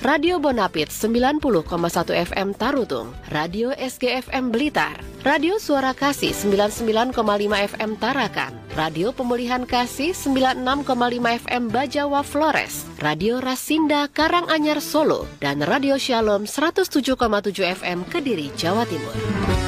Radio Bonapit 90,1 FM Tarutung, Radio SGFM Blitar, Radio Suara Kasih 99,5 FM Tarakan, Radio Pemulihan Kasih 96,5 FM Bajawa Flores, Radio Rasinda Karanganyar Solo, dan Radio Shalom 107,7 FM Kediri, Jawa Timur.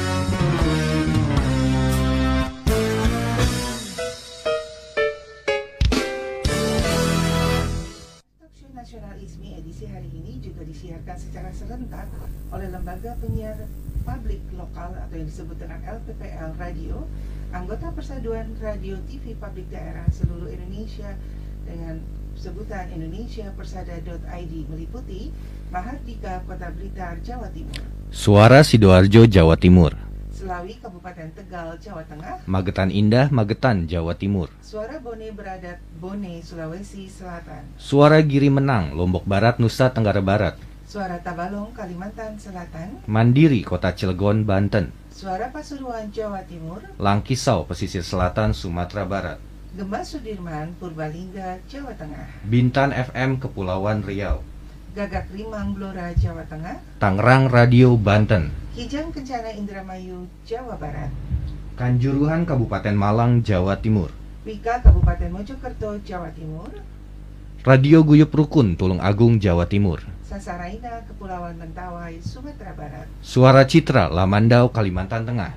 Nasional ISMI edisi hari ini juga disiarkan secara serentak oleh Lembaga Penyiar Publik Lokal atau yang disebut dengan LPPL Radio, anggota Persatuan Radio TV Publik Daerah seluruh Indonesia dengan sebutan Indonesia Persada.id, meliputi Mahardika, Kota Blitar, Jawa Timur, Suara Sidoarjo, Jawa Timur, Selawi, Kabupaten Tegal, Jawa Tengah, Magetan Indah, Magetan, Jawa Timur, Suara Bone Beradat, Bone, Sulawesi Selatan, Suara Giri Menang, Lombok Barat, Nusa Tenggara Barat, Suara Tabalong, Kalimantan Selatan, Mandiri, Kota Cilegon, Banten, Suara Pasuruan, Jawa Timur, Langkisau, Pesisir Selatan, Sumatera Barat, Gema Sudirman, Purbalingga, Jawa Tengah, Bintan FM, Kepulauan Riau, Gagak Limang, Blora, Jawa Tengah, Tangerang Radio, Banten, Kijang Kencana, Indramayu, Jawa Barat, Kanjuruhan, Kabupaten Malang, Jawa Timur, Wika, Kabupaten Mojokerto, Jawa Timur, Radio Guyup Rukun, Tulung Agung, Jawa Timur, Sasaraina, Kepulauan Mentawai, Sumatera Barat, Suara Citra, Lamandau, Kalimantan Tengah,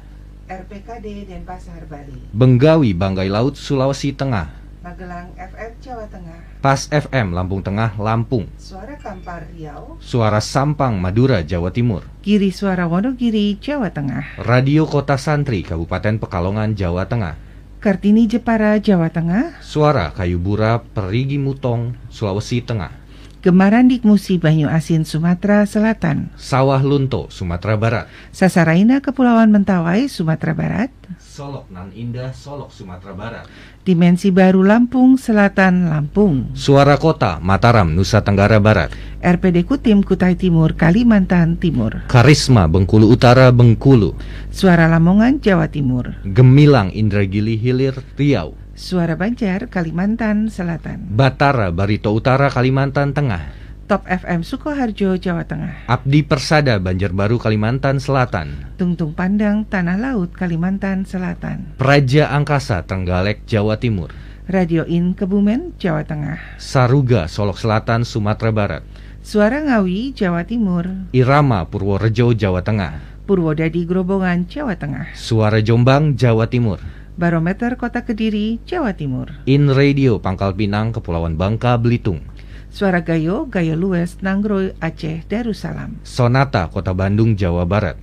RPKD Denpasar, Bali, Benggawi, Banggai Laut, Sulawesi Tengah, Magelang FM, Jawa Tengah, Pas FM, Lampung Tengah, Lampung, Suara Kampar, Riau, Suara Sampang, Madura, Jawa Timur, Giri Suara Wonogiri, Jawa Tengah, Radio Kota Santri, Kabupaten Pekalongan, Jawa Tengah, Kartini Jepara, Jawa Tengah, Suara Kayubura, Perigi Mutong, Sulawesi Tengah, Gemaran Dikmusi, Banyu Asin, Sumatera Selatan, Sawah Lunto, Sumatera Barat, Sasaraina, Kepulauan Mentawai, Sumatera Barat, Solok Nan Indah, Solok, Sumatera Barat, Dimensi Baru, Lampung Selatan, Lampung, Suara Kota, Mataram, Nusa Tenggara Barat, RPD Kutim, Kutai Timur, Kalimantan Timur, Karisma, Bengkulu Utara, Bengkulu, Suara Lamongan, Jawa Timur, Gemilang, Indragili Hilir, Riau, Suara Banjar, Kalimantan Selatan, Batara, Barito Utara, Kalimantan Tengah, Top FM Sukoharjo, Jawa Tengah, Abdi Persada, Banjarbaru, Kalimantan Selatan, Tungtung Pandang, Tanah Laut, Kalimantan Selatan, Praja Angkasa, Trenggalek, Jawa Timur, Radio In Kebumen, Jawa Tengah, Saruga, Solok Selatan, Sumatera Barat, Suara Ngawi, Jawa Timur, Irama, Purworejo, Jawa Tengah, Purwodadi Grobongan, Jawa Tengah, Suara Jombang, Jawa Timur, Barometer Kota Kediri, Jawa Timur, In Radio, Pangkal Pinang, Kepulauan Bangka, Belitung, Suara Gayo, Gayo Lues, Nangroy, Aceh, Darussalam, Sonata, Kota Bandung, Jawa Barat,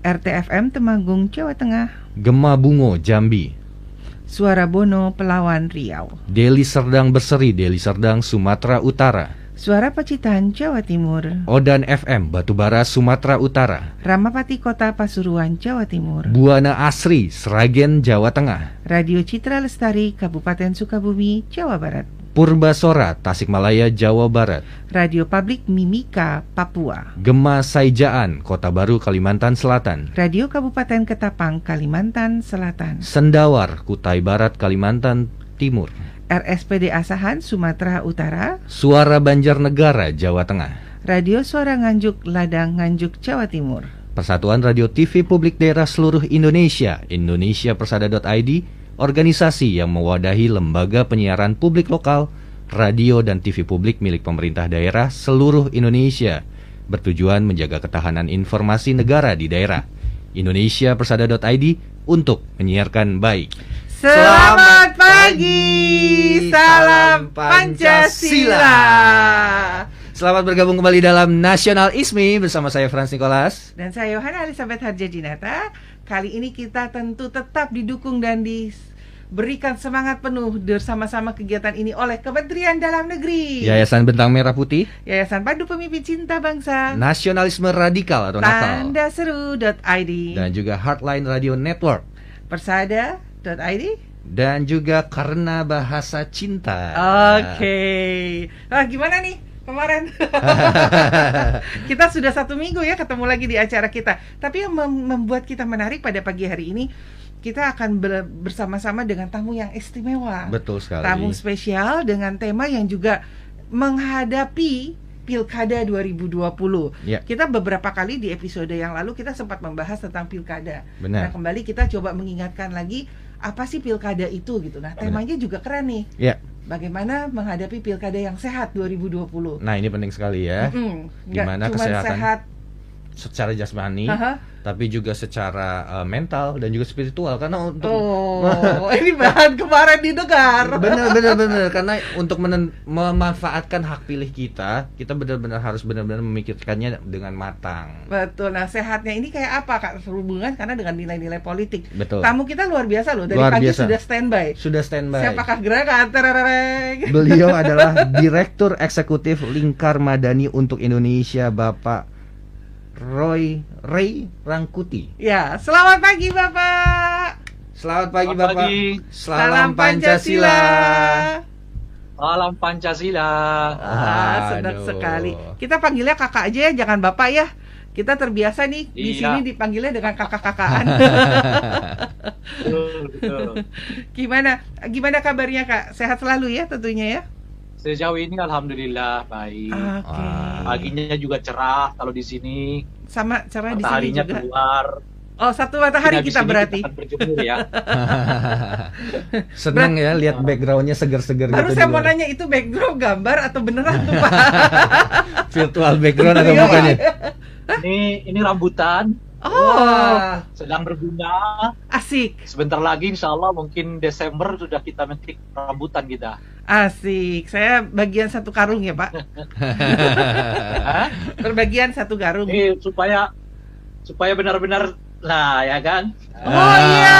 RTFM Temanggung, Jawa Tengah, Gema Bungo, Jambi, Suara Bono, Pelawan, Riau, Deli Serdang Berseri, Deli Serdang, Sumatera Utara, Suara Pacitan, Jawa Timur, Odan FM, Batubara, Sumatera Utara, Ramapati Kota Pasuruan, Jawa Timur, Buana Asri, Sragen, Jawa Tengah, Radio Citra Lestari, Kabupaten Sukabumi, Jawa Barat, Purbasora, Tasikmalaya, Jawa Barat, Radio Publik Mimika, Papua, Gema Saijaan, Kota Baru, Kalimantan Selatan, Radio Kabupaten Ketapang, Kalimantan Selatan, Sendawar, Kutai Barat, Kalimantan Timur, RSPD Asahan, Sumatera Utara, Suara Banjarnegara, Jawa Tengah, Radio Suara Nganjuk, Ladang, Nganjuk, Jawa Timur, Persatuan Radio TV Publik Daerah Seluruh Indonesia, Indonesia Persada.id, organisasi yang mewadahi lembaga penyiaran publik lokal, radio dan TV publik milik pemerintah daerah seluruh Indonesia, bertujuan menjaga ketahanan informasi negara di daerah. Indonesia Persada.id untuk menyiarkan baik. Selamat pagi, salam Pancasila. Selamat bergabung kembali dalam Nasional ISMI bersama saya Frans Nicholas Dan saya Yohana Elizabeth Harjadinata. Kali ini kita tentu tetap didukung dan diberikan semangat penuh bersama-sama kegiatan ini oleh Kementerian Dalam Negeri, Yayasan Bentang Merah Putih, Yayasan Pandu Pemimpin Cinta Bangsa, Nasionalisme Radikal atau Nakal, Tandaseru.id, dan juga Heartline Radio Network, Persada.id, dan juga Karena Bahasa Cinta. Oke. Gimana nih kemarin? Kita sudah 1 minggu ya ketemu lagi di acara kita. Tapi yang membuat kita menarik pada pagi hari ini, kita akan bersama-sama dengan tamu yang istimewa. Betul sekali. Tamu spesial dengan tema yang juga menghadapi Pilkada 2020. Ya. Kita beberapa kali di episode yang lalu kita sempat membahas tentang Pilkada. Benar. Nah, kembali kita coba mengingatkan lagi apa sih Pilkada itu gitu. Nah, temanya juga keren nih. Ya. Bagaimana menghadapi Pilkada yang sehat 2020. Nah, ini penting sekali ya. Gimana cuma kesehatan sehat secara jasmani, tapi juga secara mental dan juga spiritual, karena untuk ini bahan kemarin didengar. benar karena untuk memanfaatkan hak pilih kita benar-benar harus benar-benar memikirkannya dengan matang. Betul. Nah, sehatnya ini kayak apa, Kak? Berhubungan karena dengan nilai-nilai politik. Betul. Tamu kita luar biasa loh, dari Luar pagi biasa. sudah standby. Siapakah gerakan? Terereng. Beliau adalah Direktur Eksekutif Lingkar Madani untuk Indonesia, Bapak Ray Rangkuti. Ya, selamat pagi Bapak. Selamat pagi Selamat Bapak. pagi. Salam Pancasila. Salam Pancasila. Senang Aduh. sekali. Kita panggilnya kakak aja ya, jangan Bapak ya. Kita terbiasa nih di Iya. sini dipanggilnya dengan kakak-kakaan. Betul. Gimana kabarnya, Kak? Sehat selalu ya tentunya ya. Sejauh ini alhamdulillah baik. Oke. Paginya juga cerah kalau di sini. Sama cerah di sini Mataharinya juga. keluar. Oh, satu matahari Habis kita ini berarti. Kita akan berjemur ya. Senang ya lihat backgroundnya seger-seger Baru gitu. saya di mau luar. nanya, itu background gambar atau beneran tuh, Pak? Virtual background atau Iya, bukan ya? Ini rambutan Oh, sedang berbunga. asik. Sebentar lagi insya Allah mungkin Desember sudah kita metik rambutan kita. Asik. Saya bagian satu karung ya, Pak. Hah? Berbagian satu karung. Ini supaya benar-benar lah ya kan. Oh iya.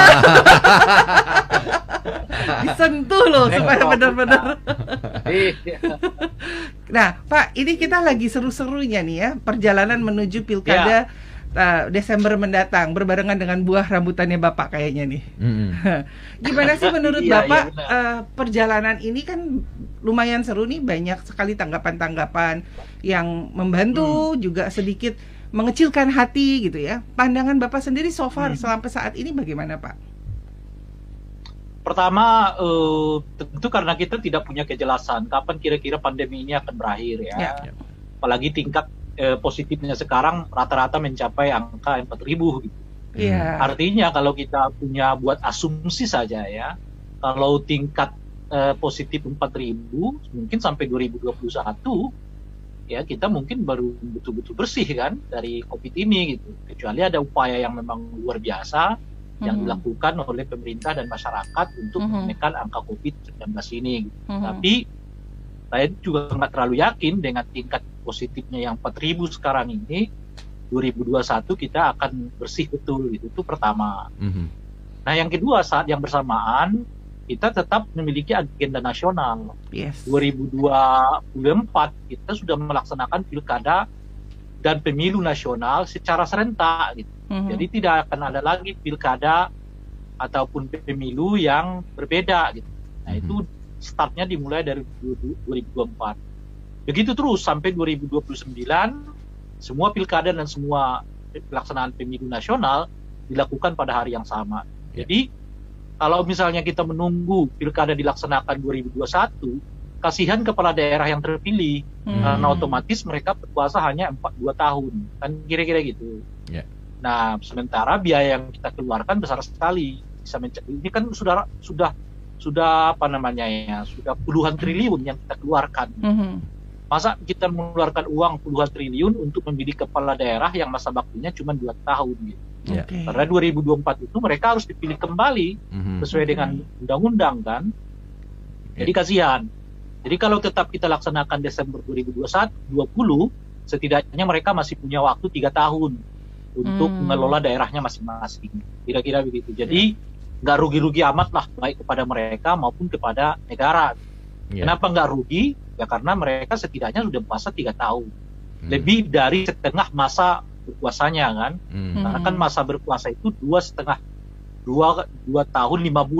Disentuh loh supaya benar-benar. Iya. Nah, Pak, ini kita lagi seru-serunya nih ya, perjalanan menuju Pilkada Desember mendatang, berbarengan dengan buah rambutannya Bapak kayaknya nih. Gimana sih menurut Iya, Bapak iya, perjalanan ini kan lumayan seru nih, banyak sekali tanggapan-tanggapan yang membantu, juga sedikit mengecilkan hati gitu ya. Pandangan Bapak sendiri so far sampai saat ini bagaimana, Pak? Pertama, tentu karena kita tidak punya kejelasan kapan kira-kira pandemi ini akan berakhir ya. Apalagi tingkat positifnya sekarang rata-rata mencapai angka 4.000 gitu. Iya. Artinya kalau kita punya buat asumsi saja ya, kalau tingkat positif 4.000 mungkin sampai 2021 ya kita mungkin baru betul-betul bersih kan dari COVID ini gitu. Kecuali ada upaya yang memang luar biasa yang dilakukan oleh pemerintah dan masyarakat untuk menekan angka COVID-19 ini gitu. Tapi saya juga nggak terlalu yakin dengan tingkat positifnya yang 4.000 sekarang ini, 2021 kita akan bersih betul gitu. Itu pertama. Nah yang kedua, saat yang bersamaan kita tetap memiliki agenda nasional. 2024 kita sudah melaksanakan pilkada dan pemilu nasional secara serentak gitu. Jadi tidak akan ada lagi pilkada ataupun pemilu yang berbeda gitu. Nah itu startnya dimulai dari 2024. Begitu terus sampai 2029 semua pilkada dan semua pelaksanaan pemilu nasional dilakukan pada hari yang sama. Jadi kalau misalnya kita menunggu pilkada dilaksanakan 2021, kasihan kepala daerah yang terpilih karena otomatis mereka berkuasa hanya 2 tahun, kan kira-kira gitu. Nah, sementara biaya yang kita keluarkan besar sekali. Ini kan sudah apa namanya ya, sudah puluhan triliun yang kita keluarkan. Masa kita mengeluarkan uang puluhan triliun untuk memilih kepala daerah yang masa baktinya cuma 2 tahun gitu. Karena 2024 itu mereka harus dipilih kembali sesuai dengan undang-undang kan. Jadi kasihan. Jadi kalau tetap kita laksanakan Desember 2020, setidaknya mereka masih punya waktu 3 tahun untuk mengelola daerahnya masing-masing. Kira-kira begitu. Jadi nggak rugi-rugi amat lah, baik kepada mereka maupun kepada negara. Kenapa nggak rugi? Ya karena mereka setidaknya sudah puasa 3 tahun. Lebih dari setengah masa berpuasanya kan. Karena kan masa berpuasa itu 2 tahun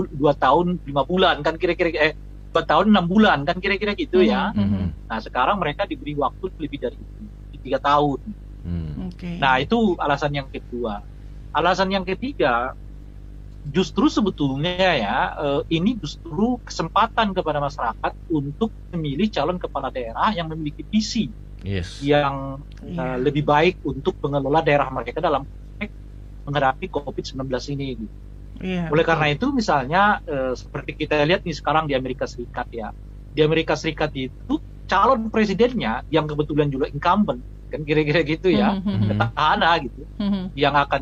5 bulan kan kira-kira 2 tahun 6 bulan kan kira-kira gitu ya. Nah sekarang mereka diberi waktu lebih dari 3 tahun. Nah itu alasan yang kedua. Alasan yang ketiga, justru sebetulnya ya ini justru kesempatan kepada masyarakat untuk memilih calon kepala daerah yang memiliki visi Yes. yang lebih baik untuk mengelola daerah mereka dalam konteks menghadapi COVID-19 ini. Oleh karena itu misalnya seperti kita lihat nih sekarang di Amerika Serikat ya. Di Amerika Serikat itu calon presidennya yang kebetulan juga incumbent kan kira-kira gitu ya, petahana gitu, yang akan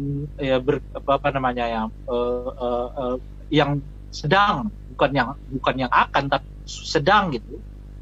yang sedang bukan yang akan tapi sedang gitu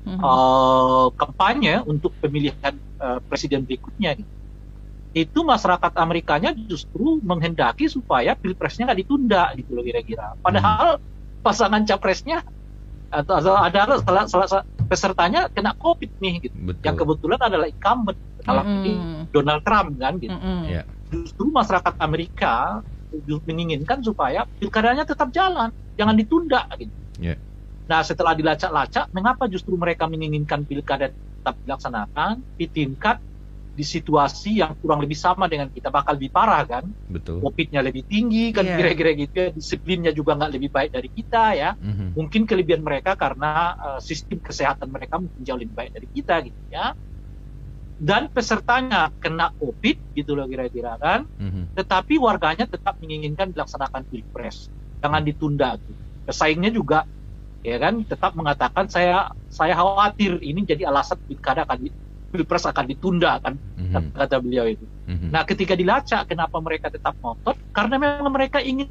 kampanye untuk pemilihan presiden berikutnya gitu. Itu masyarakat Amerikanya justru menghendaki supaya pilpresnya nggak ditunda gitu loh kira-kira. Padahal pasangan capresnya atau ada salah pesertanya kena COVID nih gitu. Betul. Yang kebetulan adalah incumbent dalam ini Donald Trump kan gitu. Yeah. Justru masyarakat Amerika menginginkan supaya pilkadanya tetap jalan, jangan ditunda gitu. Yeah. Nah setelah dilacak-lacak, mengapa justru mereka menginginkan pilkada tetap dilaksanakan di tingkat di situasi yang kurang lebih sama dengan kita, bakal lebih parah kan, Betul. COVID-nya lebih tinggi kan, kira-kira gitu ya, disiplinnya juga nggak lebih baik dari kita ya. Mungkin kelebihan mereka karena sistem kesehatan mereka mungkin jauh lebih baik dari kita gitu ya. Dan pesertanya kena COVID gitu loh kira-kira kan, tetapi warganya tetap menginginkan dilaksanakan pilpres, jangan ditunda gitu. Pesaingnya juga ya kan tetap mengatakan saya khawatir ini jadi alasan pilpres akan ditunda kan, kata beliau itu. Nah ketika dilacak kenapa mereka tetap ngotot, karena memang mereka ingin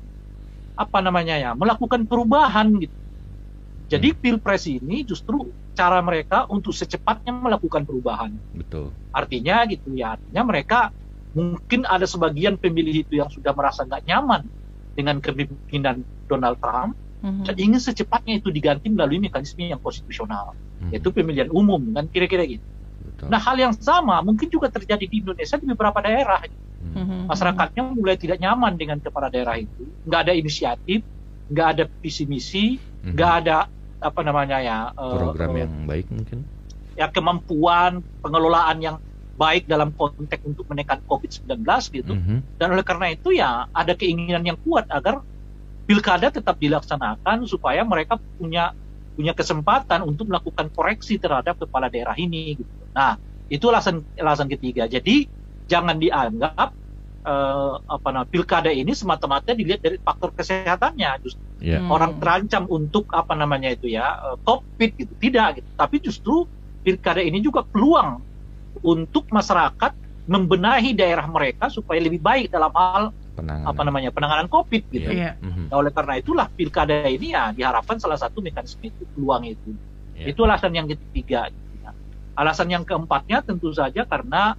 melakukan perubahan gitu. Jadi pilpres ini justru cara mereka untuk secepatnya melakukan perubahan. Betul. Artinya gitu ya, artinya mereka mungkin ada sebagian pemilih itu yang sudah merasa nggak nyaman dengan kepemimpinan Donald Trump, dan ingin secepatnya itu diganti melalui mekanisme yang konstitusional, yaitu pemilihan umum kan kira-kira gitu. Nah hal yang sama mungkin juga terjadi di Indonesia di beberapa daerah. Masyarakatnya mulai tidak nyaman dengan kepala daerah itu, nggak ada inisiatif, nggak ada visi misi, nggak ada program yang baik mungkin. Ya kemampuan pengelolaan yang baik dalam konteks untuk menekan COVID-19 gitu. Dan oleh karena itu ya ada keinginan yang kuat agar pilkada tetap dilaksanakan supaya mereka punya kesempatan untuk melakukan koreksi terhadap kepala daerah ini gitu. Nah, itu alasan ketiga. Jadi jangan dianggap pilkada ini semata-mata dilihat dari faktor kesehatannya. Justru orang terancam untuk COVID gitu. Tidak gitu. Tapi justru pilkada ini juga peluang untuk masyarakat membenahi daerah mereka supaya lebih baik dalam hal penanganan COVID gitu. Nah, oleh karena itulah pilkada ini ya diharapkan salah satu mekanisme itu, peluang itu. Itu alasan yang ketiga. Alasan yang keempatnya tentu saja karena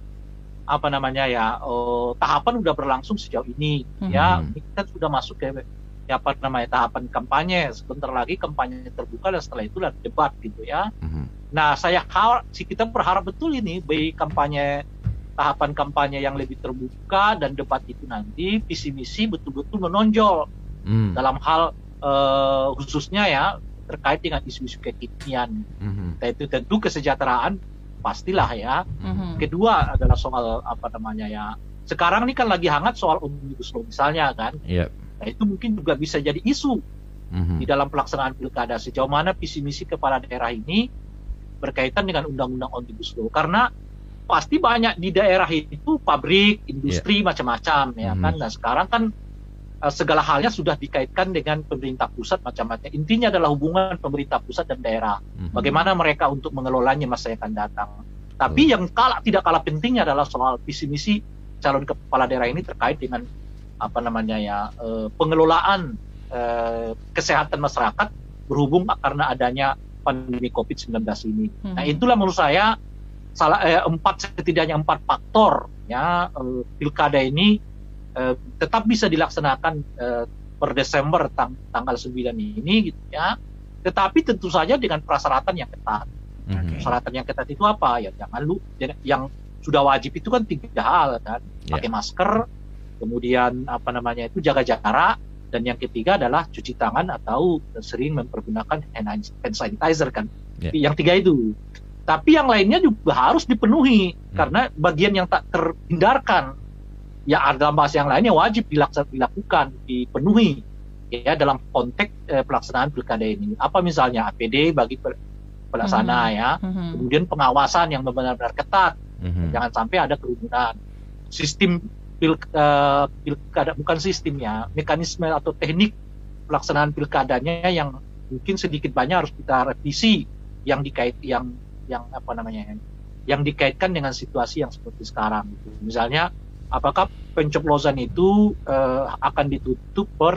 tahapan sudah berlangsung sejauh ini. Ya, kita sudah masuk ke tahapan kampanye. Sebentar lagi kampanye terbuka dan setelah itu debat gitu ya. Nah, kita berharap betul ini baik tahapan kampanye yang lebih terbuka dan debat itu nanti visi misi betul-betul menonjol dalam hal khususnya ya terkait dengan isu-isu kekinian. Itu tentu kesejahteraan pastilah ya. Kedua adalah soal sekarang ini kan lagi hangat soal omnibus law misalnya kan. Nah, itu mungkin juga bisa jadi isu di dalam pelaksanaan pilkada, sejauh mana visi misi kepala daerah ini berkaitan dengan undang-undang omnibus law, karena pasti banyak di daerah itu pabrik, industri macam-macam ya kan. Nah sekarang kan segala halnya sudah dikaitkan dengan pemerintah pusat macam-macam. Intinya adalah hubungan pemerintah pusat dan daerah. Bagaimana mereka untuk mengelolanya masa yang akan datang. Tapi yang tidak kalah pentingnya adalah soal visi misi calon kepala daerah ini terkait dengan pengelolaan kesehatan masyarakat berhubung karena adanya pandemi COVID-19 ini. Nah itulah menurut saya setidaknya empat faktor ya pilkada ini tetap bisa dilaksanakan per Desember tanggal 9 ini gitu ya. Tetapi tentu saja dengan persyaratan yang ketat. Persyaratan yang ketat itu apa? Ya yang sudah wajib itu kan 3 hal kan. Pakai masker, kemudian jaga jarak, dan yang ketiga adalah cuci tangan atau sering mempergunakan hand sanitizer kan. Yang 3 itu. Tapi yang lainnya juga harus dipenuhi karena bagian yang tak terhindarkan ya dalam bahasa yang lainnya wajib dilakukan, dipenuhi ya dalam konteks pelaksanaan pilkada ini. Apa misalnya APD bagi pelaksana ya. Kemudian pengawasan yang benar-benar ketat. Jangan sampai ada kerumunan. Sistem pilkada, bukan sistemnya, mekanisme atau teknik pelaksanaan pilkadanya yang mungkin sedikit banyak harus kita revisi yang dikaitkan dengan situasi yang seperti sekarang. Misalnya, apakah pencoblosan itu akan ditutup per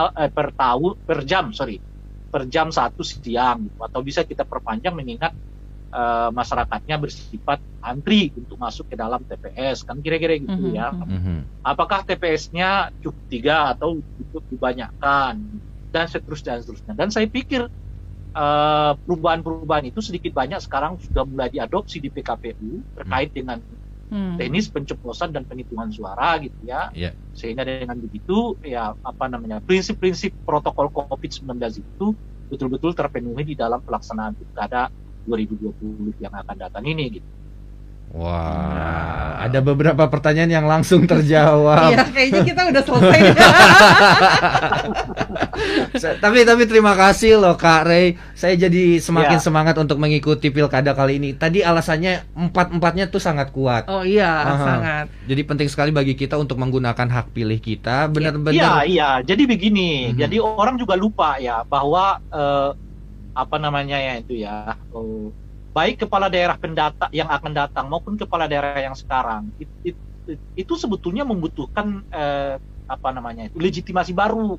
jam 1 siang, atau bisa kita perpanjang mengingat masyarakatnya bersifat antri untuk masuk ke dalam TPS, kan kira-kira gitu ya. Apakah TPS-nya cukup 3 atau cukup dibanyakan, dan seterusnya. Dan saya pikir perubahan-perubahan itu sedikit banyak sekarang sudah mulai diadopsi di PKPU terkait dengan teknis pencoblosan dan penghitungan suara gitu ya. Sehingga dengan begitu ya prinsip-prinsip protokol COVID-19 itu betul-betul terpenuhi di dalam pelaksanaan pilkada 2020 yang akan datang ini gitu. Wah, ada beberapa pertanyaan yang langsung terjawab. Iya, kayaknya kita udah selesai. Tapi terima kasih loh Kak Ray. Saya jadi semakin semangat untuk mengikuti pilkada kali ini. Tadi alasannya empatnya tuh sangat kuat. Oh iya, sangat. Jadi penting sekali bagi kita untuk menggunakan hak pilih kita benar-benar. Iya. Jadi begini. Jadi orang juga lupa ya bahwa baik kepala daerah pendatang yang akan datang maupun kepala daerah yang sekarang itu sebetulnya membutuhkan legitimasi baru.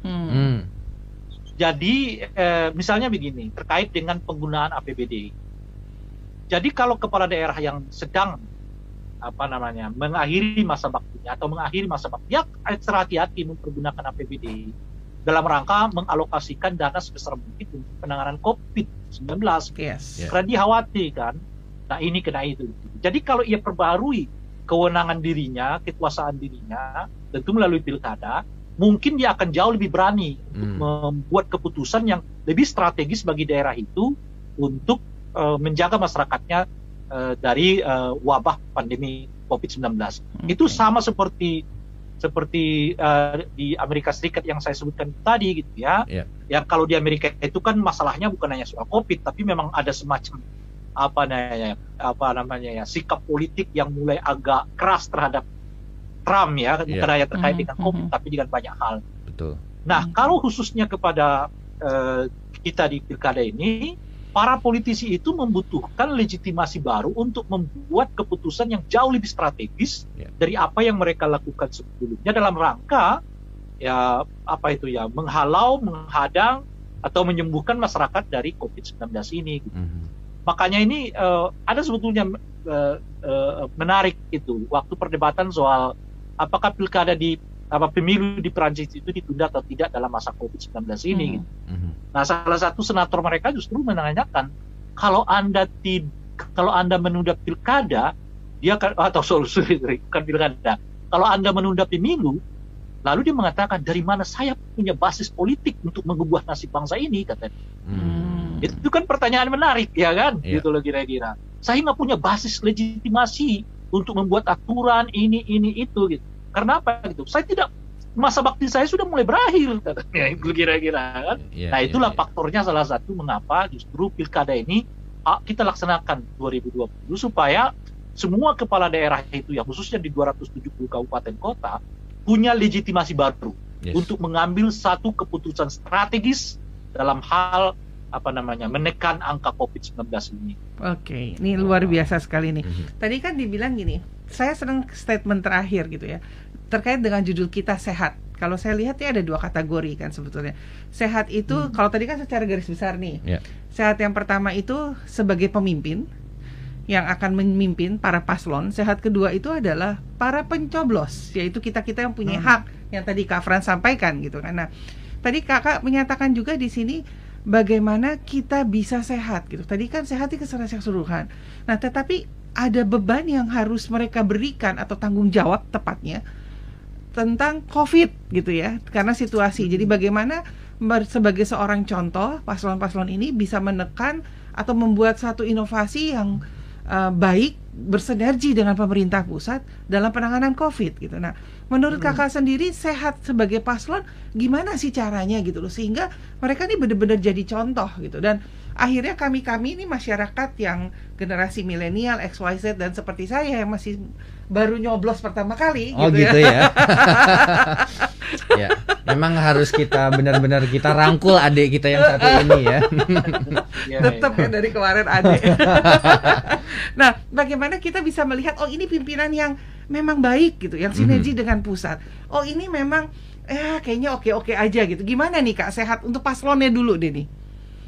Jadi misalnya begini terkait dengan penggunaan APBD. Jadi kalau kepala daerah yang sedang mengakhiri masa baktinya atau mengakhiri masa bakti, dia hati-hati mempergunakan APBD dalam rangka mengalokasikan dana sebesar mungkin untuk penanganan COVID-19. Karena dia khawatir kan, nah ini kena itu. Jadi kalau ia perbarui kewenangan dirinya, kekuasaan dirinya, tentu melalui pilkada, mungkin dia akan jauh lebih berani untuk membuat keputusan yang lebih strategis bagi daerah itu untuk menjaga masyarakatnya dari wabah pandemi COVID-19. Itu sama seperti di Amerika Serikat yang saya sebutkan tadi gitu ya. Ya kalau di Amerika itu kan masalahnya bukan hanya soal COVID, tapi memang ada semacam sikap politik yang mulai agak keras terhadap Trump ya, bukan hanya terkait dengan COVID tapi dengan banyak hal. Betul. Nah, kalau khususnya kepada kita di pilkada ini, para politisi itu membutuhkan legitimasi baru untuk membuat keputusan yang jauh lebih strategis dari apa yang mereka lakukan sebelumnya dalam rangka menghalau, menghadang atau menyembuhkan masyarakat dari COVID-19 ini. Makanya ini ada sebetulnya menarik itu waktu perdebatan soal apakah pilkada pemilu di Perancis itu ditunda atau tidak dalam masa COVID-19 ini. Nah, salah satu senator mereka justru menanyakan kalau Anda menunda pilkada, bukan pilkada. Kalau Anda menunda pemilu, lalu dia mengatakan dari mana saya punya basis politik untuk mengubah nasib bangsa ini, katanya. Itu kan pertanyaan menarik, ya kan? Gitu loh kira-kira. Saya nggak punya basis legitimasi untuk membuat aturan ini itu gitu. Karena apa gitu? Saya tidak, masa bakti saya sudah mulai berakhir, katanya, itu kira-kira kan. Nah itulah faktornya salah satu mengapa justru pilkada ini kita laksanakan 2020 supaya semua kepala daerah itu ya khususnya di 270 kabupaten kota punya legitimasi baru untuk mengambil satu keputusan strategis dalam hal menekan angka COVID-19 ini. Oke, ini luar biasa sekali nih. Tadi kan dibilang gini, saya senang statement terakhir gitu ya, terkait dengan judul kita sehat. Kalau saya lihat ya ada 2 kategori kan sebetulnya. Sehat itu kalau tadi kan secara garis besar nih. Sehat yang pertama itu sebagai pemimpin yang akan memimpin para paslon. Sehat kedua itu adalah para pencoblos, yaitu kita-kita yang punya hak yang tadi Kak Fran sampaikan gitu kan. Nah, tadi Kakak menyatakan juga di sini bagaimana kita bisa sehat gitu. Tadi kan sehat itu secara keseluruhan. Nah, tetapi ada beban yang harus mereka berikan atau tanggung jawab tepatnya tentang COVID gitu ya, karena situasi. Jadi bagaimana sebagai seorang contoh paslon-paslon ini bisa menekan atau membuat satu inovasi yang baik bersinergi dengan pemerintah pusat dalam penanganan COVID gitu. Nah, menurut kakak sendiri sehat sebagai paslon gimana sih caranya gitu loh, sehingga mereka ini benar-benar jadi contoh gitu. Dan akhirnya kami ini masyarakat yang generasi milenial, XYZ dan seperti saya yang masih baru nyoblos pertama kali gitu ya. Ya, memang harus kita benar-benar kita rangkul adik kita yang satu ini ya. Tetap ya dari kemarin adik. Nah, bagaimana kita bisa melihat ini pimpinan yang memang baik gitu, yang sinergi dengan pusat. Ini memang kayaknya oke-oke aja gitu. Gimana nih Kak sehat untuk paslonnya dulu deh nih?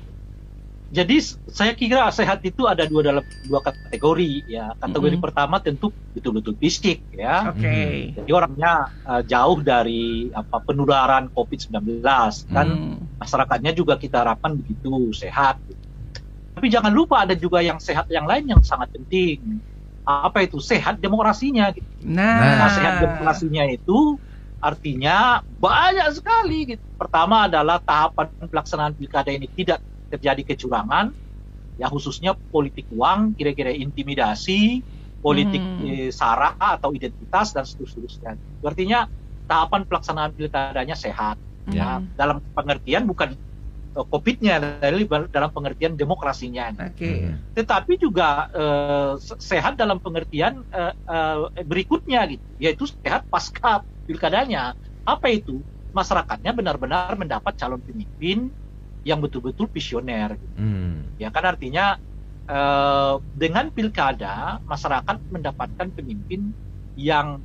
Jadi saya kira sehat itu ada dua kategori ya. Kategori pertama tentu betul-betul fisik ya. Oke. Jadi orangnya jauh dari penularan COVID-19 kan, masyarakatnya juga kita harapkan begitu sehat. Tapi jangan lupa ada juga yang sehat yang lain yang sangat penting. Apa itu? Sehat demokrasinya gitu. Nah, sehat demokrasinya itu artinya banyak sekali gitu. Pertama adalah tahapan pelaksanaan pilkada ini tidak terjadi kecurangan, ya khususnya politik uang, kira-kira intimidasi, politik sara atau identitas dan seterusnya. Artinya tahapan pelaksanaan pilkadanya sehat, ya dalam pengertian bukan COVID-nya, dalam pengertian demokrasinya. Tetapi juga sehat dalam pengertian berikutnya gitu, yaitu sehat pasca pilkadanya. Apa itu? Masyarakatnya benar-benar mendapat calon pemimpin yang betul-betul visioner, ya kan artinya dengan pilkada masyarakat mendapatkan pemimpin yang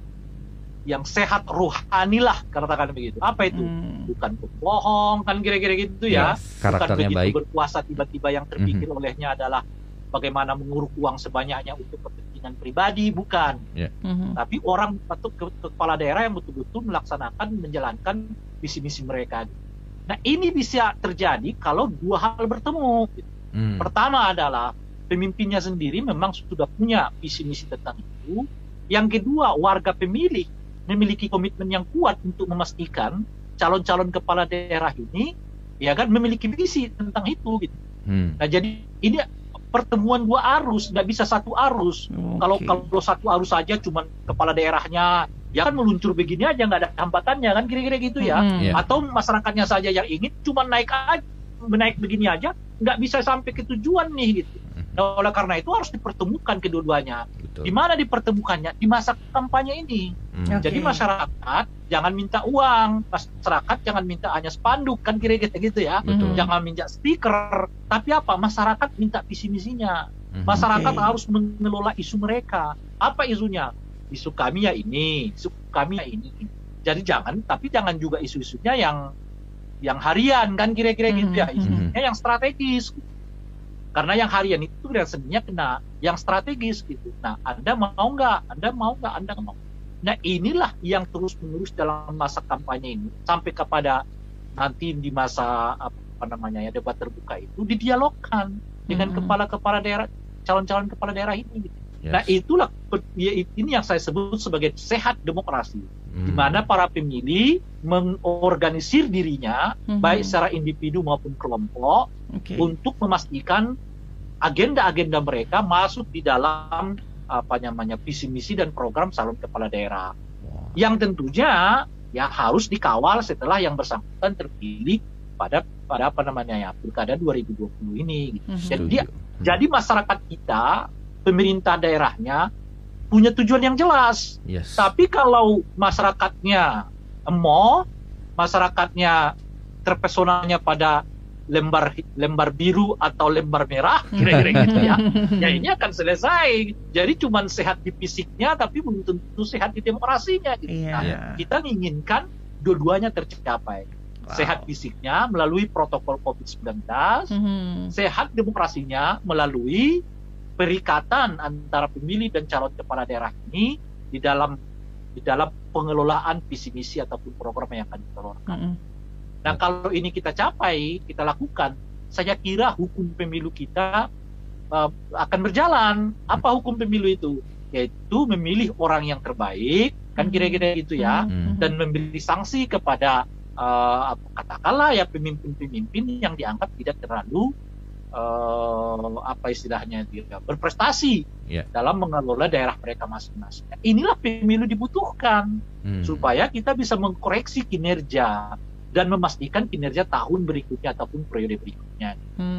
sehat rohani lah, katakan begitu. Apa itu? Bukan pembohong kan kira-kira gitu ya. Karakternya bukan begitu baik. Berkuasa tiba-tiba yang terpikir olehnya adalah bagaimana menguruk uang sebanyaknya untuk kepentingan pribadi, bukan. Tapi orang atau kepala daerah yang betul-betul melaksanakan, menjalankan visi-misi mereka. Nah, ini bisa terjadi kalau dua hal bertemu. Pertama adalah pemimpinnya sendiri memang sudah punya visi-misi tentang itu. Yang kedua, warga pemilih memiliki komitmen yang kuat untuk memastikan calon-calon kepala daerah ini ya kan memiliki visi tentang itu gitu. Nah, jadi ini pertemuan dua arus, nggak bisa satu arus. Kalau satu arus saja cuman kepala daerahnya ya kan meluncur begini aja, nggak ada hambatannya kan kira-kira gitu ya. Atau masyarakatnya saja yang ingin cuma naik begini aja, nggak bisa sampai ke tujuan nih gitu. Nah, oleh karena itu harus dipertemukan kedua-duanya. Di mana dipertemukannya? Di masa kampanye ini. Jadi masyarakat jangan minta uang, masyarakat jangan minta hanya spanduk kan kira-kira gitu ya. Jangan minta stiker, tapi apa? Masyarakat minta visi misinya. Masyarakat harus mengelola isu mereka. Apa isunya? Isu kami ya ini, isu kami ya ini. Jadi jangan juga isu-isunya yang harian kan kira-kira gitu ya. Isunya yang strategis. Karena yang harian itu biasanya kena yang strategis gitu. Nah, Anda mau nggak? Anda nggak mau. Nah, inilah yang terus-menerus dalam masa kampanye ini sampai kepada nanti di masa debat terbuka itu didialogkan dengan kepala-kepala daerah, calon-calon kepala daerah ini. Gitu. Nah, itulah ini yang saya sebut sebagai sehat demokrasi, di mana para pemilih mengorganisir dirinya baik secara individu maupun kelompok untuk memastikan agenda-agenda mereka masuk di dalam visi misi dan program calon kepala daerah. Yang tentunya ya harus dikawal setelah yang bersangkutan terpilih pada pilkada 2020 ini. Jadi masyarakat kita, pemerintah daerahnya punya tujuan yang jelas. Tapi kalau masyarakatnya masyarakatnya terpesonanya pada lembar biru atau lembar merah kira-kira gitu ya. Ya ini akan selesai. Jadi cuman sehat di fisiknya tapi belum tentu sehat di demokrasinya gitu. Nah, kita menginginkan dua-duanya tercapai. Sehat fisiknya melalui protokol COVID-19, sehat demokrasinya melalui perikatan antara pemilih dan calon kepala daerah ini di dalam pengelolaan visi misi ataupun program yang akan ditelurkan. Nah, kalau ini kita capai, kita lakukan, saya kira hukum pemilu kita akan berjalan. Apa hukum pemilu itu? Yaitu memilih orang yang terbaik, kan kira-kira itu ya, dan memberi sanksi kepada katakanlah ya pemimpin-pemimpin yang dianggap tidak terlalu apa istilahnya itu ya, berprestasi dalam mengelola daerah mereka masing-masing. Inilah pemilu dibutuhkan supaya kita bisa mengkoreksi kinerja dan memastikan kinerja tahun berikutnya ataupun periode berikutnya.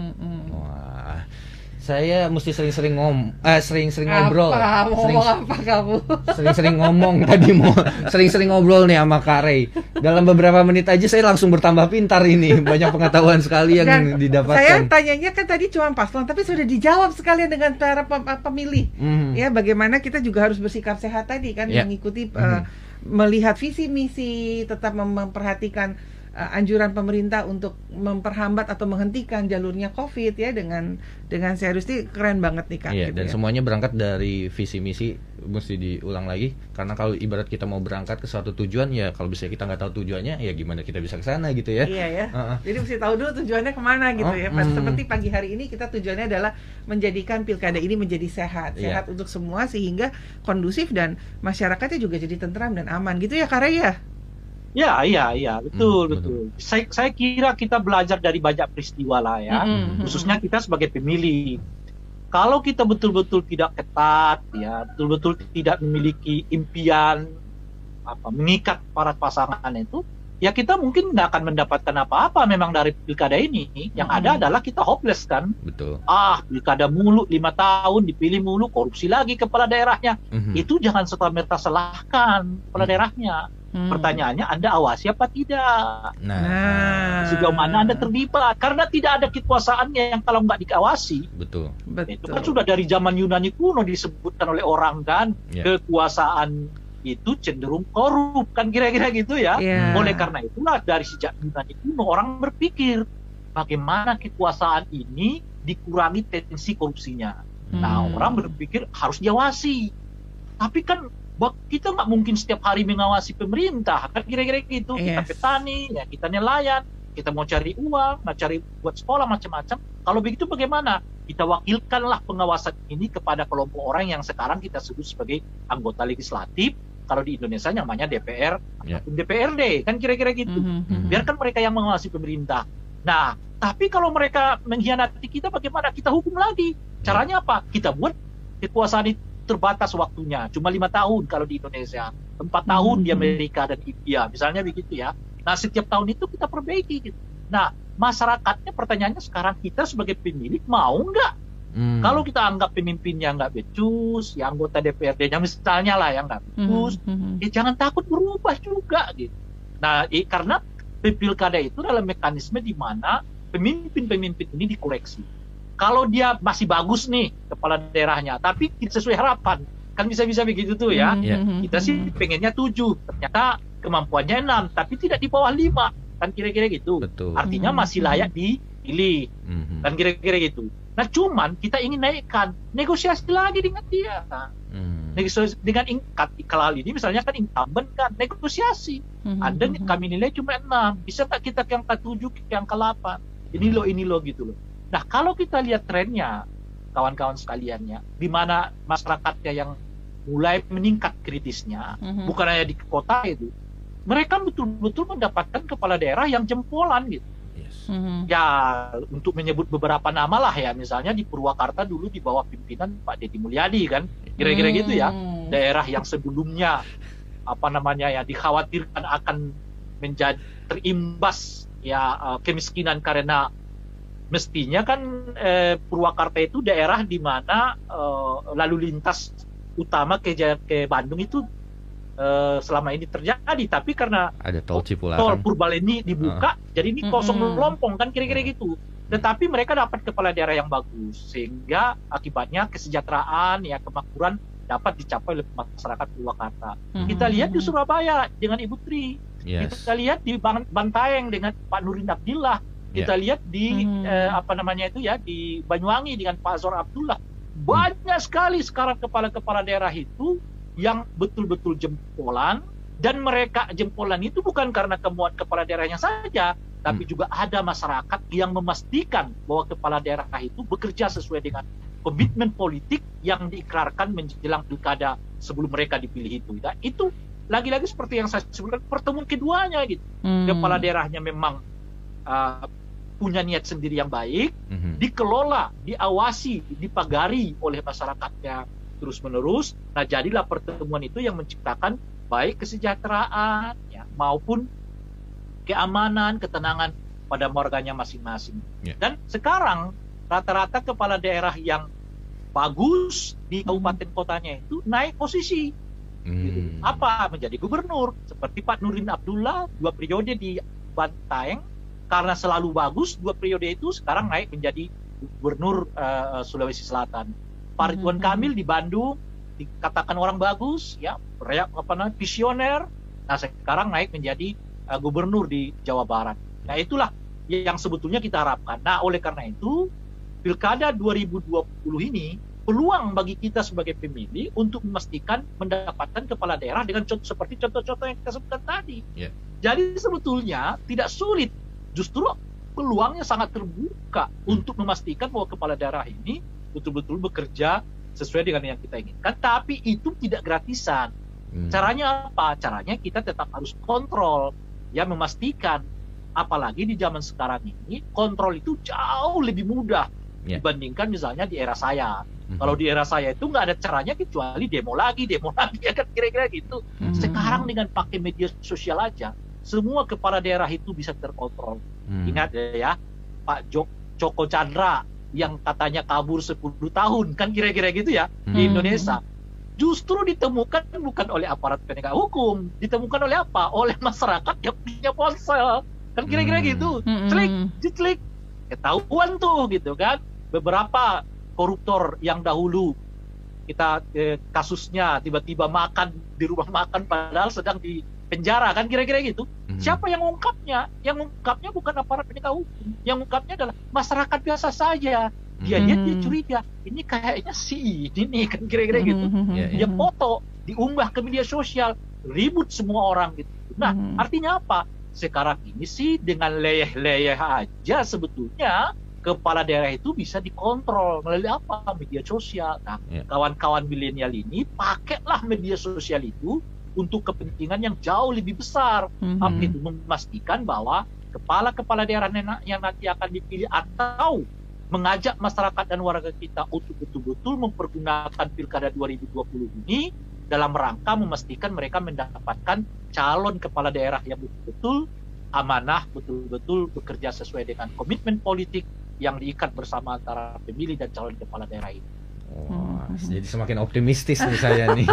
Wah, saya mesti sering-sering ngobrol. Apa kamu? Sering-sering ngomong tadi mau sering-sering ngobrol nih sama Kak Ray. Dalam beberapa menit aja saya langsung bertambah pintar ini. Banyak pengetahuan sekali yang Dan didapatkan. Saya tanyanya kan tadi cuma paslon, tapi sudah dijawab sekalian dengan para pemilih. Ya, bagaimana kita juga harus bersikap sehat tadi kan, mengikuti melihat visi misi, tetap memperhatikan anjuran pemerintah untuk memperhambat atau menghentikan jalurnya COVID ya dengan serius. Ini keren banget nih Kak. Iya, gitu dan ya. semuanya berangkat dari visi misi, mesti diulang lagi karena kalau ibarat kita mau berangkat ke suatu tujuan ya kalau bisa kita nggak tahu tujuannya ya gimana kita bisa ke sana gitu ya. Iya ya. Jadi mesti tahu dulu tujuannya kemana gitu ya. Seperti pagi hari ini kita tujuannya adalah menjadikan pilkada ini menjadi sehat untuk semua sehingga kondusif dan masyarakatnya juga jadi tentram dan aman gitu ya Kak Ray ya. Iya, betul. Saya kira kita belajar dari banyak peristiwa lah ya, khususnya kita sebagai pemilih. Kalau kita betul-betul tidak ketat, ya, betul-betul tidak memiliki impian mengikat para pasangan itu, ya kita mungkin nggak akan mendapatkan apa-apa memang dari pilkada ini. Yang ada adalah kita hopeless kan. Betul. Pilkada mulu 5 tahun dipilih mulu, korupsi lagi kepala daerahnya. Itu jangan serta-merta salahkan kepala daerahnya. Pertanyaannya, Anda awasi apa tidak? Sejauh mana Anda terlibat? Karena tidak ada kekuasaannya yang kalau nggak dikawasi. Betul. Itu kan sudah dari zaman Yunani kuno disebutkan oleh orang kan, kekuasaan itu cenderung korup kan kira-kira gitu ya. Oleh karena itulah dari sejak Yunani kuno orang berpikir bagaimana kekuasaan ini dikurangi tensi korupsinya. Nah, orang berpikir harus diawasi. Tapi kan kita nggak mungkin setiap hari mengawasi pemerintah kan kira-kira gitu. Kita petani, ya kita nelayan, kita mau cari uang, mau cari buat sekolah macam-macam. Kalau begitu bagaimana? Kita wakilkanlah pengawasan ini kepada kelompok orang yang sekarang kita sebut sebagai anggota legislatif. Kalau di Indonesia namanya DPR ataupun DPRD kan kira-kira gitu. Biarkan mereka yang mengawasi pemerintah. Nah, tapi kalau mereka mengkhianati kita, bagaimana? Kita hukum lagi. Caranya apa? Kita buat kekuasaan itu terbatas waktunya, cuma 5 tahun kalau di Indonesia, 4 tahun di Amerika dan India, misalnya begitu ya. Nah, setiap tahun itu kita perbaiki gitu. Nah, masyarakatnya pertanyaannya sekarang kita sebagai pemilik mau nggak? Kalau kita anggap pemimpinnya nggak becus, ya anggota DPRD-nya misalnya lah yang nggak becus, ya jangan takut berubah juga gitu. Nah, karena pilkada itu adalah mekanisme di mana pemimpin-pemimpin ini dikoreksi. Kalau dia masih bagus nih kepala daerahnya, tapi tidak sesuai harapan, kan bisa-bisa begitu tuh ya. Kita sih pengennya 7, ternyata kemampuannya 6, tapi tidak di bawah 5, kan kira-kira gitu. Betul. Artinya masih layak dipilih, kan kira-kira gitu. Nah, cuman kita ingin naikkan, negosiasi lagi dengan dia. Negosiasi dengan kalau ini misalnya kan incumbent kan, negosiasi. Anda kami nilai cuma 6, bisa tak kita ke angka 7, ke angka 8? Ini loh gitu loh. Nah, kalau kita lihat trennya, kawan-kawan sekaliannya, di mana masyarakatnya yang mulai meningkat kritisnya, bukan hanya di kota itu, mereka betul-betul mendapatkan kepala daerah yang jempolan gitu. Ya, untuk menyebut beberapa nama lah ya, misalnya di Purwakarta dulu di bawah pimpinan Pak Deddy Mulyadi kan, kira-kira gitu ya, daerah yang sebelumnya ya dikhawatirkan akan menjadi terimbas ya kemiskinan karena mestinya kan Purwakarta itu daerah di mana lalu lintas utama ke Bandung itu selama ini terjadi, tapi karena ada tol Cipularang, tol Purbaleni dibuka, jadi ini kosong melompong kan kira-kira gitu. Tetapi mereka dapat kepala daerah yang bagus, sehingga akibatnya kesejahteraan ya kemakmuran dapat dicapai oleh masyarakat Purwakarta. Kita lihat di Surabaya dengan Ibu Tri, kita lihat di Bantaeng dengan Pak Nurin Abdillah. Kita lihat di di Banyuwangi dengan Pak Azwar Abdullah. Banyak sekali sekarang kepala-kepala daerah itu yang betul-betul jempolan, dan mereka jempolan itu bukan karena kemuat kepala daerahnya saja, tapi juga ada masyarakat yang memastikan bahwa kepala daerah itu bekerja sesuai dengan komitmen politik yang diikrarkan menjelang pilkada sebelum mereka dipilih itu. Nah, itu lagi-lagi seperti yang saya sebutkan pertemuan keduanya gitu. Kepala daerahnya memang punya niat sendiri yang baik, dikelola, diawasi, dipagari oleh masyarakatnya terus-menerus. Nah, jadilah pertemuan itu yang menciptakan baik kesejahteraan ya, maupun keamanan, ketenangan pada warganya masing-masing. Dan sekarang rata-rata kepala daerah yang bagus di kabupaten kotanya itu naik posisi. Gitu. Apa? Menjadi gubernur. Seperti Pak Nurdin Abdullah 2 periode di Bantaeng, karena selalu bagus 2 periode itu, sekarang naik menjadi gubernur Sulawesi Selatan. Pak Ridwan Kamil di Bandung dikatakan orang bagus, ya, visioner. Nah, sekarang naik menjadi gubernur di Jawa Barat. Nah, itulah yang sebetulnya kita harapkan. Nah, oleh karena itu, Pilkada 2020 ini peluang bagi kita sebagai pemilih untuk memastikan mendapatkan kepala daerah dengan seperti contoh-contoh yang kita sebutkan tadi. Jadi sebetulnya tidak sulit, justru peluangnya sangat terbuka untuk memastikan bahwa kepala daerah ini betul-betul bekerja sesuai dengan yang kita inginkan. Tapi itu tidak gratisan. Caranya apa? Caranya kita tetap harus kontrol, ya, memastikan. Apalagi di zaman sekarang ini, kontrol itu jauh lebih mudah dibandingkan misalnya di era saya. Kalau di era saya itu nggak ada caranya kecuali demo lagi, ya kan, kira-kira gitu. Sekarang dengan pakai media sosial aja, semua kepala daerah itu bisa terkontrol. Ingat ya, Pak Joko Chandra yang katanya kabur 10 tahun, kan kira-kira gitu ya, di Indonesia. Justru ditemukan bukan oleh aparat penegak hukum, ditemukan oleh apa? Oleh masyarakat yang punya ponsel. Kan kira-kira gitu. Clik, ketahuan tuh gitu kan. Beberapa koruptor yang dahulu kita kasusnya tiba-tiba makan di rumah makan padahal sedang di penjara, kan kira-kira gitu. Siapa yang mengungkapnya? Yang mengungkapnya bukan aparat penegak hukum. Yang mengungkapnya adalah masyarakat biasa saja. Dia curiga, ini kayaknya si ini nih, kan kira-kira gitu. Dia foto, diunggah ke media sosial, ribut semua orang gitu. Nah, artinya apa? Sekarang ini sih dengan leyeh-leyeh aja sebetulnya kepala daerah itu bisa dikontrol melalui apa? Media sosial. Nah, kawan-kawan milenial ini pakailah media sosial itu untuk kepentingan yang jauh lebih besar. Apa itu? Memastikan bahwa kepala-kepala daerah yang nanti akan dipilih atau mengajak masyarakat dan warga kita untuk betul-betul mempergunakan Pilkada 2020 ini dalam rangka memastikan mereka mendapatkan calon kepala daerah yang betul-betul amanah, betul-betul bekerja sesuai dengan komitmen politik yang diikat bersama antara pemilih dan calon kepala daerah ini. Jadi semakin optimistis nih saya nih.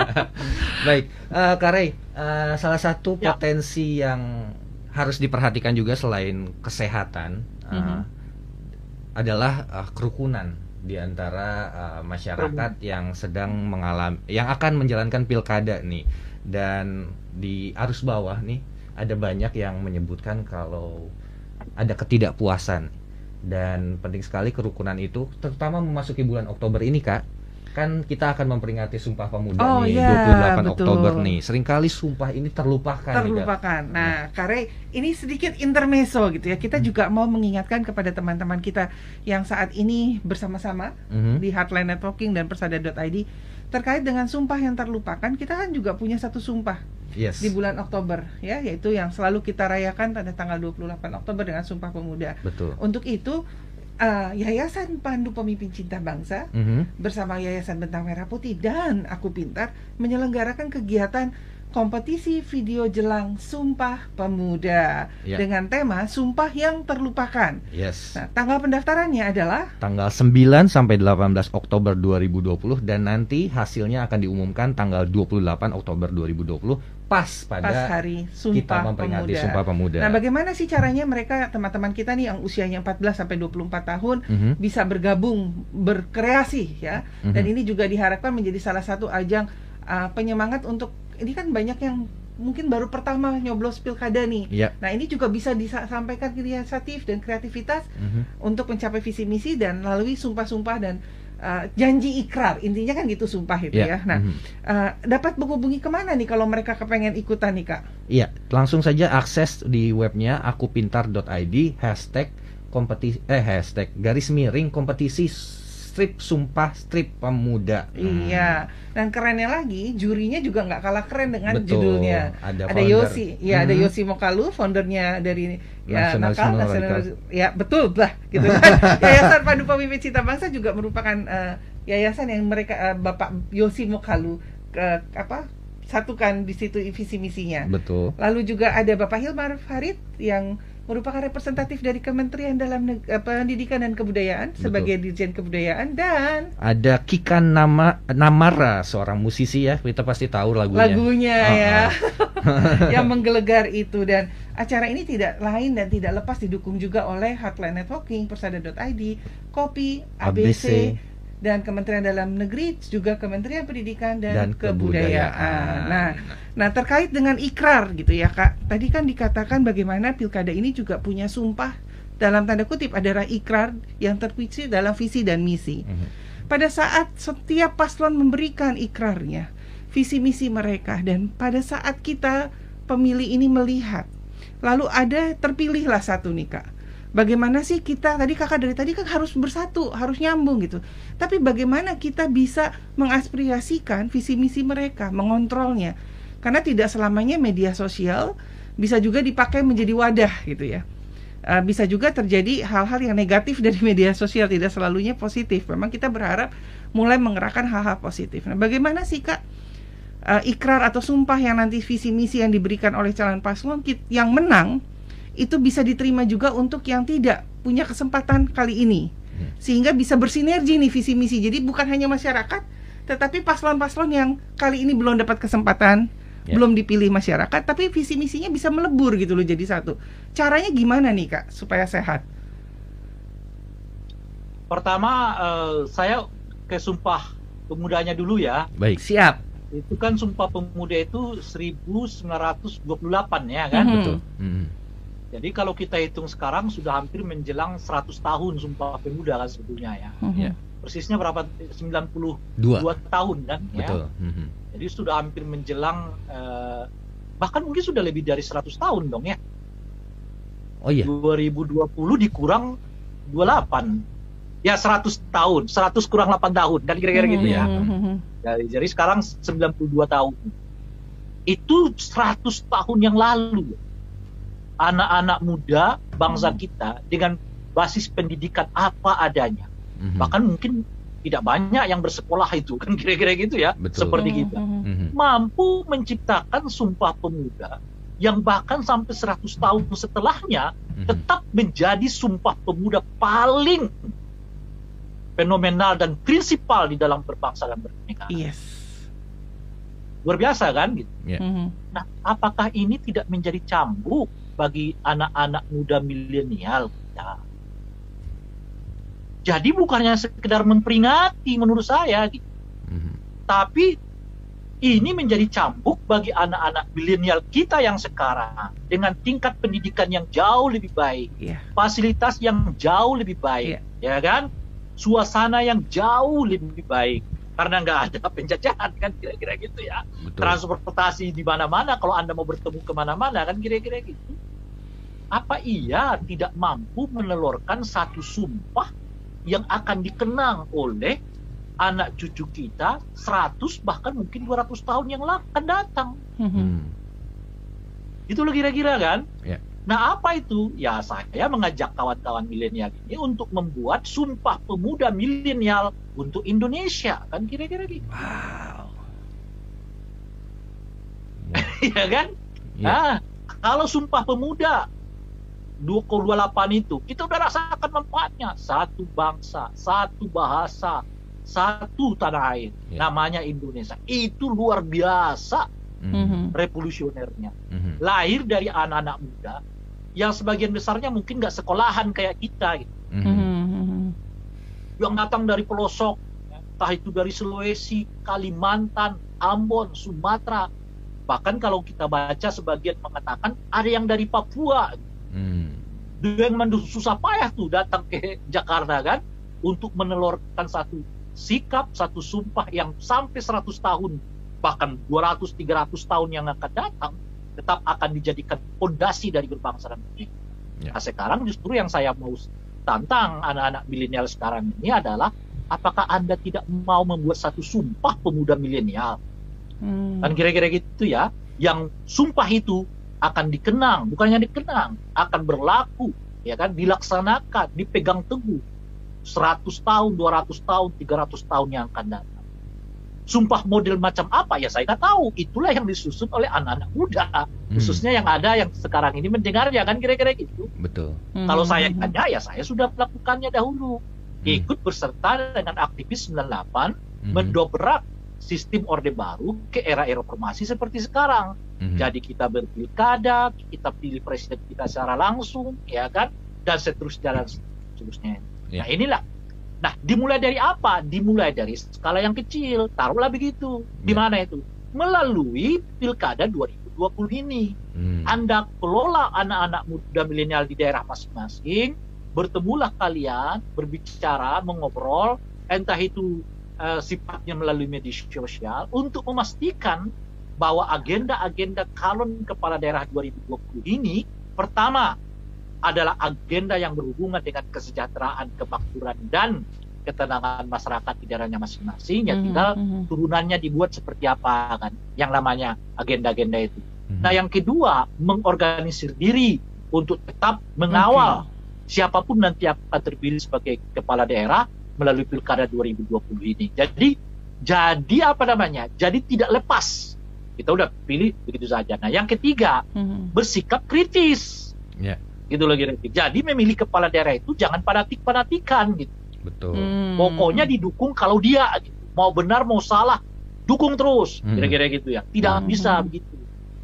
Baik, Kak Rey, salah satu potensi yang harus diperhatikan juga selain kesehatan adalah kerukunan di antara masyarakat yang sedang yang akan menjalankan pilkada nih. Dan di arus bawah nih ada banyak yang menyebutkan kalau ada ketidakpuasan, dan penting sekali kerukunan itu, terutama memasuki bulan Oktober ini, Kak. Kan kita akan memperingati Sumpah Pemuda 28 betul. Oktober nih. Seringkali sumpah ini terlupakan. Nah, Kak Rey, ini sedikit intermezzo gitu ya. Kita juga mau mengingatkan kepada teman-teman kita yang saat ini bersama-sama di Heartline Networking dan Persada.id terkait dengan sumpah yang terlupakan. Kita kan juga punya satu sumpah di bulan Oktober ya, yaitu yang selalu kita rayakan pada tanggal 28 Oktober dengan Sumpah Pemuda. Betul. Untuk itu Yayasan Pandu Pemimpin Cinta Bangsa bersama Yayasan Bentang Merah Putih dan Aku Pintar menyelenggarakan kegiatan kompetisi video jelang Sumpah Pemuda dengan tema Sumpah yang Terlupakan. Nah, tanggal pendaftarannya adalah tanggal 9 sampai 18 Oktober 2020 dan nanti hasilnya akan diumumkan tanggal 28 Oktober 2020 pas hari Sumpah kita memperingati Sumpah Pemuda. Nah, bagaimana sih caranya mereka, teman-teman kita nih yang usianya 14 sampai 24 tahun bisa bergabung, berkreasi ya. Dan ini juga diharapkan menjadi salah satu ajang penyemangat untuk, ini kan banyak yang mungkin baru pertama nyoblos pilkada nih. Nah, ini juga bisa disampaikan inisiatif dan kreativitas untuk mencapai visi misi dan melalui sumpah-sumpah dan janji ikrar, intinya kan gitu sumpah itu ya. Nah, dapat menghubungi kemana nih kalau mereka kepengen ikutan nih, Kak? Iya, langsung saja akses di webnya akupintar.id #kompetisi #kompetisi strip Sumpah Strip Pemuda. Iya, dan kerennya lagi, jurinya juga nggak kalah keren dengan Betul. judulnya. Ada founder. Yosi, ya ada Yosi Mokalu, foundernya dari ya Nasional. ya betul lah, gitu kan. Yayasan Pandu Pemimpin Cita Bangsa juga merupakan yayasan yang mereka Bapak Yosi Mokalu satukan di situ visi misinya. Betul. Lalu juga ada Bapak Hilmar Farid yang merupakan representatif dari Kementerian Pendidikan dan Kebudayaan sebagai Dirjen Kebudayaan, dan ada Kikan Namara, seorang musisi ya, kita pasti tahu lagunya ya yang menggelegar itu. Dan acara ini tidak lain dan tidak lepas didukung juga oleh Heartland Networking, Persada.id, Kopi, ABC, dan Kementerian Dalam Negeri, juga Kementerian Pendidikan dan Kebudayaan. Nah, terkait dengan ikrar gitu ya Kak, tadi kan dikatakan bagaimana pilkada ini juga punya sumpah, dalam tanda kutip adalah ikrar yang terpicit dalam visi dan misi. Pada saat setiap paslon memberikan ikrarnya, visi misi mereka, dan pada saat kita pemilih ini melihat, lalu terpilihlah satu nih Kak. Bagaimana sih kita, tadi kakak dari tadi kan harus bersatu, harus nyambung gitu. Tapi bagaimana kita bisa mengaspirasikan visi misi mereka, mengontrolnya? Karena tidak selamanya media sosial bisa juga dipakai menjadi wadah gitu ya. Bisa juga terjadi hal-hal yang negatif dari media sosial, tidak selalunya positif. Memang kita berharap mulai mengerahkan hal-hal positif. Nah, bagaimana sih Kak ikrar atau sumpah yang nanti visi misi yang diberikan oleh calon paslon yang menang itu bisa diterima juga untuk yang tidak punya kesempatan kali ini, sehingga bisa bersinergi nih visi misi. Jadi bukan hanya masyarakat, tetapi paslon-paslon yang kali ini belum dapat kesempatan, belum dipilih masyarakat, tapi visi misinya bisa melebur gitu loh jadi satu. Caranya gimana nih Kak supaya sehat? Pertama saya ke Sumpah Pemudanya dulu ya. Baik. Siap. Itu kan Sumpah Pemuda itu 1928 ya kan? Betul. Jadi kalau kita hitung sekarang sudah hampir menjelang 100 tahun Sumpah Pemuda kan sebetulnya ya. Persisnya berapa? 92 tahun kan? Betul. Ya? Jadi sudah hampir menjelang bahkan mungkin sudah lebih dari 100 tahun dong ya. Oh iya. 2020 dikurang 28. Ya 100 tahun, 100 kurang 8 tahun kan kira-kira gitu ya. Jadi sekarang 92 tahun. Itu 100 tahun yang lalu. Anak-anak muda bangsa kita dengan basis pendidikan apa adanya, bahkan mungkin tidak banyak yang bersekolah itu kan kira-kira gitu ya. Betul. Seperti kita mampu menciptakan Sumpah Pemuda yang bahkan sampai 100 tahun setelahnya tetap menjadi Sumpah Pemuda paling fenomenal dan prinsipal di dalam berbangsa dan bernegara. Yes. Luar biasa kan gitu. Nah, apakah ini tidak menjadi cambuk bagi anak-anak muda milenial kita? Jadi bukannya sekedar memperingati menurut saya gitu. Tapi ini menjadi cambuk bagi anak-anak milenial kita yang sekarang dengan tingkat pendidikan yang jauh lebih baik, fasilitas yang jauh lebih baik, ya kan? Suasana yang jauh lebih baik. Karena nggak ada penjajahan kan kira-kira gitu ya. Betul. Transportasi di mana-mana, kalau Anda mau bertemu kemana-mana kan kira-kira gitu. Apa iya tidak mampu menelurkan satu sumpah yang akan dikenang oleh anak cucu kita 100 bahkan mungkin 200 tahun yang akan datang. Itu loh kira-kira kan. Nah apa itu? Ya saya mengajak kawan-kawan milenial ini untuk membuat Sumpah Pemuda Milenial untuk Indonesia kan kira-kira gitu. Wow. Ya kan? Nah, kalau Sumpah Pemuda 228 itu kita udah rasakan manfaatnya. Satu bangsa, satu bahasa, satu tanah air, namanya Indonesia. Itu luar biasa revolusionernya. Lahir dari anak-anak muda yang sebagian besarnya mungkin nggak sekolahan kayak kita gitu. Yang datang dari pelosok, entah itu dari Sulawesi, Kalimantan, Ambon, Sumatera, bahkan kalau kita baca sebagian mengatakan ada yang dari Papua. Dengan susah payah tuh datang ke Jakarta kan untuk menelurkan satu sikap, satu sumpah yang sampai 100 tahun bahkan 200-300 tahun yang akan datang tetap akan dijadikan fondasi dari berbangsa dan bernegara. Nah, sekarang justru yang saya mau tantang anak-anak milenial sekarang ini adalah apakah Anda tidak mau membuat satu sumpah pemuda milenial? Kan kira-kira gitu ya. Yang sumpah itu akan dikenang, bukannya dikenang, akan berlaku, ya kan, dilaksanakan, dipegang teguh 100 tahun, 200 tahun, 300 tahun yang akan datang. Sumpah model macam apa ya saya nggak tahu. Itulah yang disusun oleh anak-anak muda, khususnya yang ada yang sekarang ini mendengarnya, kan kira-kira gitu. Betul. Kalau saya tanya ya saya sudah melakukannya dahulu, ikut berserta dengan aktivis 98 mendobrak sistem Orde Baru ke era reformasi seperti sekarang. Jadi kita berpilkada, kita pilih presiden kita secara langsung, ya kan, dan seterusnya dan seterusnya. Nah inilah. Nah, dimulai dari apa? Dimulai dari skala yang kecil. Taruhlah begitu. Di mana itu? Melalui pilkada 2020 ini. Anda kelola anak-anak muda milenial di daerah masing-masing, bertemulah kalian, berbicara, mengobrol, entah itu sifatnya melalui media sosial, untuk memastikan bahwa agenda-agenda calon kepala daerah 2020 ini, pertama, adalah agenda yang berhubungan dengan kesejahteraan, kemakmuran, dan ketenangan masyarakat di daerahnya masing-masing. Ya tinggal turunannya dibuat seperti apa, kan, yang namanya agenda-agenda itu. Nah, yang kedua, mengorganisir diri untuk tetap mengawal siapapun nanti akan terpilih sebagai kepala daerah melalui pilkada 2020 ini. Jadi apa namanya? Jadi tidak lepas. Kita udah pilih begitu saja. Nah, yang ketiga, bersikap kritis. Gitu loh kira-kira. Jadi memilih kepala daerah itu jangan fanatik-fanatikan gitu. Betul. Pokoknya didukung kalau dia gitu. Mau benar mau salah, dukung terus. Kira-kira gitu ya. Tidak bisa begitu.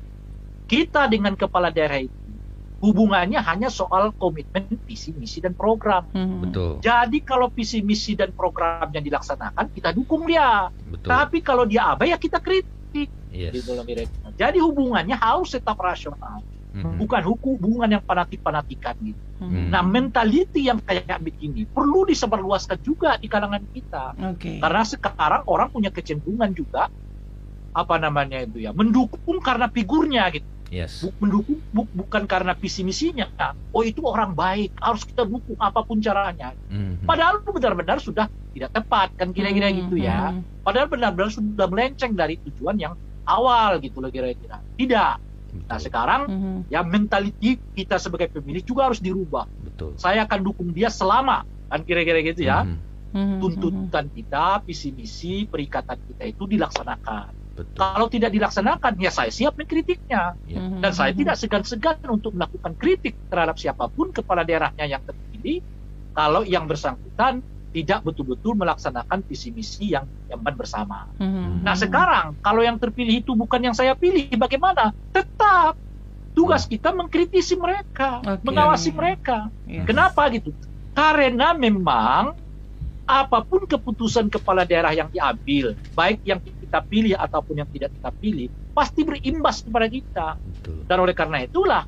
Kita dengan kepala daerah itu hubungannya hanya soal komitmen, visi, misi, dan program. Betul. Jadi kalau visi, misi, dan programnya dilaksanakan, kita dukung dia. Betul. Tapi kalau dia abai, ya kita kritik. Yes. Gitu loh, kira-kira. Jadi hubungannya harus tetap rasional. Bukan hubungan yang fanatik-fanatikan gitu. Nah, mentality yang kayak begini perlu disebarluaskan juga di kalangan kita. Karena sekarang orang punya kecenderungan juga apa namanya itu ya, mendukung karena figurnya gitu. Yes. Mendukung bukan karena visi misinya. Oh, itu orang baik, harus kita dukung apapun caranya. Padahal benar-benar sudah tidak tepat, kan kira-kira gitu ya. Padahal benar-benar sudah melenceng dari tujuan yang awal gitu loh kira-kira. Tidak. Nah, sekarang ya mentality kita sebagai pemilih juga harus dirubah. Betul. Saya akan dukung dia selama, kan kira-kira gitu ya. Tuntutan kita, visi misi, perikatan kita itu dilaksanakan. Betul. Kalau tidak dilaksanakan, ya saya siap mengkritiknya. Dan saya tidak segan-segan untuk melakukan kritik terhadap siapapun kepala daerahnya yang terpilih kalau yang bersangkutan tidak betul-betul melaksanakan visi misi yang bersama. Nah, sekarang kalau yang terpilih itu bukan yang saya pilih, bagaimana? Tetap tugas kita mengkritisi mereka, mengawasi mereka. Kenapa gitu? Karena memang apapun keputusan kepala daerah yang diambil, baik yang kita pilih ataupun yang tidak kita pilih, pasti berimbas kepada kita. Dan oleh karena itulah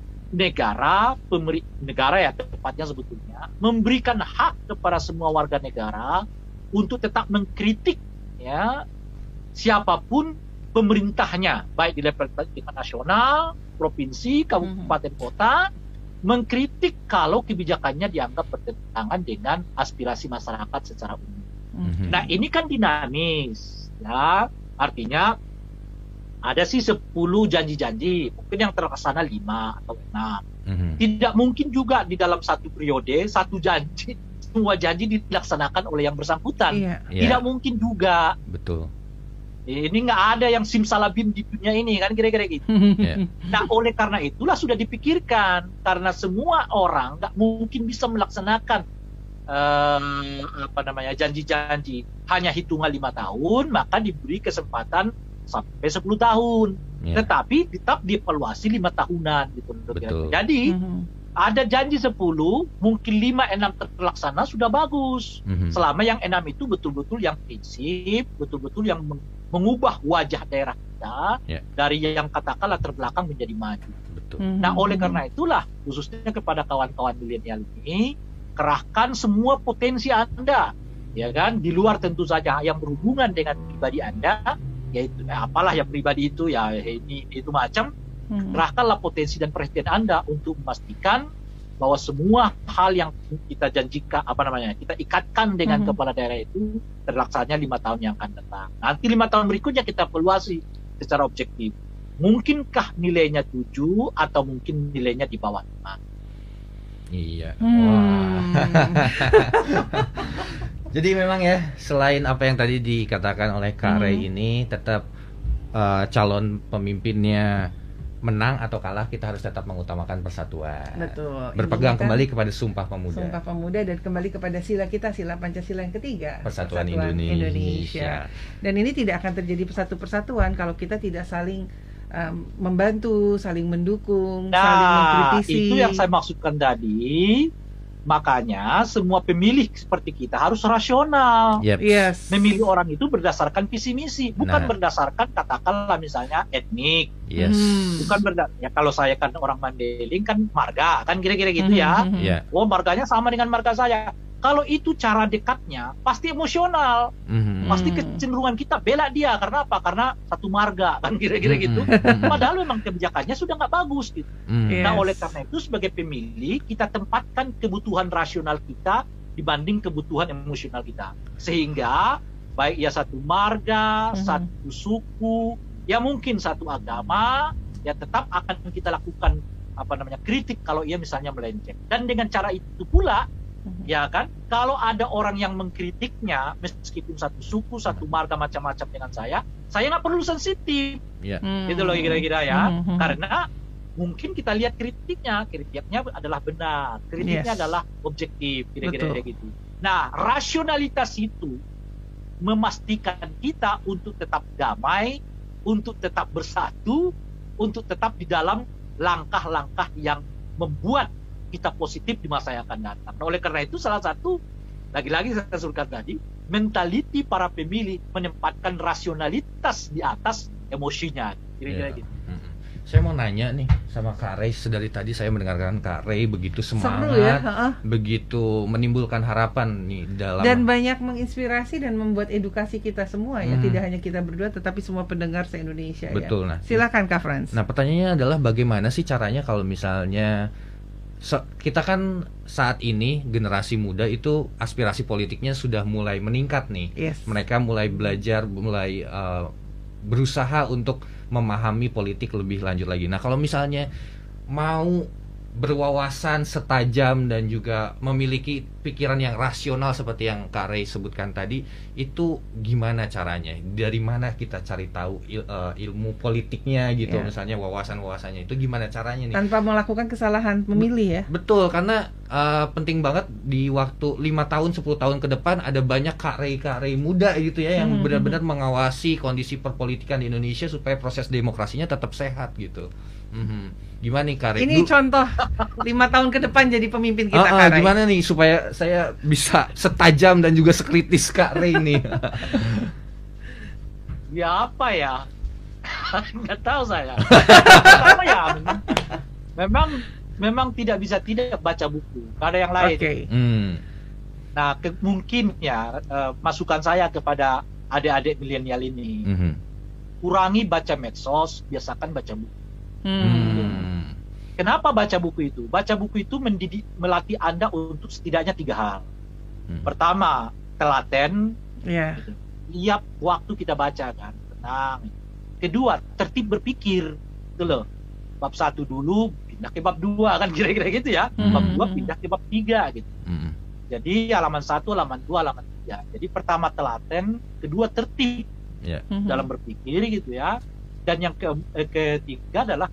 negara ya tepatnya sebetulnya memberikan hak kepada semua warga negara untuk tetap mengkritik ya siapapun pemerintahnya, baik di level tingkat nasional, provinsi, kabupaten, kota, mengkritik kalau kebijakannya dianggap bertentangan dengan aspirasi masyarakat secara umum. Nah, ini kan dinamis ya, artinya ada sih 10 janji-janji, mungkin yang terlaksana 5 atau 6. Tidak mungkin juga di dalam satu periode, satu janji, semua janji dilaksanakan oleh yang bersangkutan. Tidak mungkin juga. Betul. Ini nggak ada yang simsalabim di dunia ini, kan kira-kira gitu. Nah, oleh karena itulah sudah dipikirkan, karena semua orang nggak mungkin bisa melaksanakan janji-janji hanya hitungan 5 tahun, maka diberi kesempatan sampai 10 tahun, tetapi tetap dievaluasi 5 tahunan gitu. Jadi ada janji 10, mungkin 5-6 terlaksana sudah bagus. Selama yang 6 itu betul-betul yang prinsip, betul-betul yang mengubah wajah daerah kita dari yang katakanlah terbelakang menjadi maju. Nah, oleh karena itulah khususnya kepada kawan-kawan milenial ini, kerahkan semua potensi Anda, ya kan, di luar tentu saja yang berhubungan dengan pribadi Anda. Yaitu apalah yang pribadi itu ya, ini itu macam, kerahkanlah potensi dan perhatian Anda untuk memastikan bahwa semua hal yang kita janjikan, kita ikatkan dengan kepala daerah itu terlaksana 5 tahun yang akan datang. Nanti 5 tahun berikutnya kita evaluasi secara objektif. Mungkinkah nilainya 7 atau mungkin nilainya di bawah 5? Iya. Wah. Jadi memang ya, selain apa yang tadi dikatakan oleh Kak Ray ini, tetap calon pemimpinnya menang atau kalah, kita harus tetap mengutamakan persatuan. Betul. Berpegang Ini kan kembali kepada Sumpah Pemuda. Sumpah Pemuda dan kembali kepada sila kita, sila Pancasila yang ketiga, Persatuan Indonesia. Dan ini tidak akan terjadi persatuan kalau kita tidak saling membantu, saling mendukung, saling mengkritisi. Itu yang saya maksudkan tadi. Makanya semua pemilih seperti kita harus rasional. Yes. Memilih orang itu berdasarkan visi misi, bukan berdasarkan katakanlah misalnya etnik. Yes. Bukan ya kalau saya kan orang Mandailing kan marga, kan kira-kira gitu ya. Oh, marganya sama dengan marga saya. Kalau itu cara dekatnya, pasti emosional. Pasti kecenderungan kita bela dia. Karena apa? Karena satu marga, kan kira-kira gitu. Padahal memang kebijakannya sudah nggak bagus gitu. Nah, oleh karena itu sebagai pemilih, kita tempatkan kebutuhan rasional kita dibanding kebutuhan emosional kita. Sehingga, baik ya satu marga, satu suku, ya mungkin satu agama, ya tetap akan kita lakukan kritik kalau ia misalnya melenceng. Dan dengan cara itu pula, ya kan, kalau ada orang yang mengkritiknya meskipun satu suku, satu marga macam-macam dengan saya nggak perlu sensitif. Gitu loh kira-kira ya. Karena mungkin kita lihat kritiknya adalah benar, kritiknya adalah objektif, kira-kira gitu. Nah, rasionalitas itu memastikan kita untuk tetap damai, untuk tetap bersatu, untuk tetap di dalam langkah-langkah yang membuat kita positif di masa yang akan datang. Nah, oleh karena itu salah satu, lagi-lagi saya sebutkan tadi, mentaliti para pemilih menempatkan rasionalitas di atas emosinya. Kira-kira gitu. Saya mau nanya nih sama Kak Ray, dari tadi saya mendengarkan Kak Ray begitu semangat, begitu menimbulkan harapan nih dalam, dan banyak menginspirasi dan membuat edukasi kita semua ya, tidak hanya kita berdua tetapi semua pendengar se-Indonesia. Betul. Ya. Silakan Kak Frans. Nah, pertanyaannya adalah bagaimana sih caranya kalau misalnya kita kan saat ini generasi muda itu aspirasi politiknya sudah mulai meningkat nih. Mereka mulai belajar, mulai berusaha untuk memahami politik lebih lanjut lagi. Nah, kalau misalnya mau berwawasan setajam dan juga memiliki pikiran yang rasional seperti yang Kak Ray sebutkan tadi, itu gimana caranya? Dari mana kita cari tahu ilmu politiknya gitu, misalnya wawasan-wawasannya itu gimana caranya nih? Tanpa melakukan kesalahan memilih ya? Betul, karena penting banget di waktu 5 tahun, 10 tahun ke depan ada banyak Kak Ray muda gitu ya yang benar-benar mengawasi kondisi perpolitikan di Indonesia supaya proses demokrasinya tetap sehat gitu. Gimana nih Kak Ray? Ini contoh 5 tahun ke depan jadi pemimpin kita Kak Ray. Gimana nih supaya saya bisa setajam dan juga sekritis Kak Ray nih? Ya apa ya? Nggak tahu saya. Pertama ya, memang tidak bisa tidak baca buku. Nggak ada yang lain. Nah, mungkin ya masukan saya kepada adik-adik milenial ini, kurangi baca medsos, biasakan baca buku. Kenapa baca buku itu? Baca buku itu melatih Anda untuk setidaknya 3 hal. Pertama, telaten. Tiap waktu kita baca kan, tenang. Kedua, tertib berpikir. Itu loh. Bab 1 dulu, pindah ke bab 2 kan kira-kira gitu ya. Bab 2 pindah ke bab 3 gitu. Jadi halaman 1, halaman 2, halaman 3. Jadi pertama telaten, kedua tertib dalam berpikir gitu ya. Dan yang ketiga adalah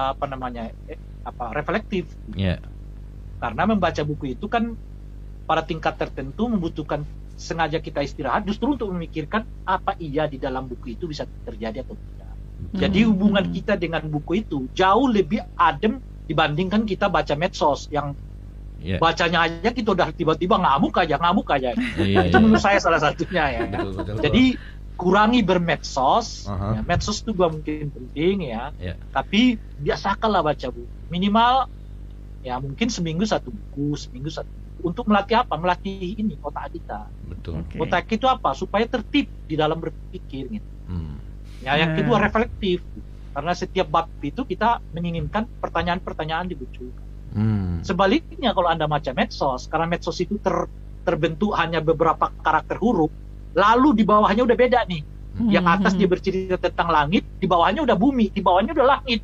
reflektif. Karena membaca buku itu kan pada tingkat tertentu membutuhkan sengaja kita istirahat justru untuk memikirkan apa iya di dalam buku itu bisa terjadi atau tidak. Jadi hubungan kita dengan buku itu jauh lebih adem dibandingkan kita baca medsos yang bacanya aja kita udah tiba-tiba ngamuk aja. Itu menurut saya salah satunya ya. Betul. Jadi kurangi bermedsos, ya, medsos itu juga mungkin penting ya, tapi biasakanlah baca buku. Minimal ya mungkin seminggu satu buku. Untuk melatih apa? Melatih ini otak kita. Betul. Otak itu apa? Supaya tertib di dalam berpikir gitu. Ya, yang kedua reflektif. Karena setiap bab itu kita menginginkan pertanyaan-pertanyaan dimunculkan. Sebaliknya kalau Anda baca medsos, karena medsos itu terbentuk hanya beberapa karakter huruf, lalu di bawahnya udah beda nih. Yang atas dia bercerita tentang langit, di bawahnya udah bumi, di bawahnya udah langit,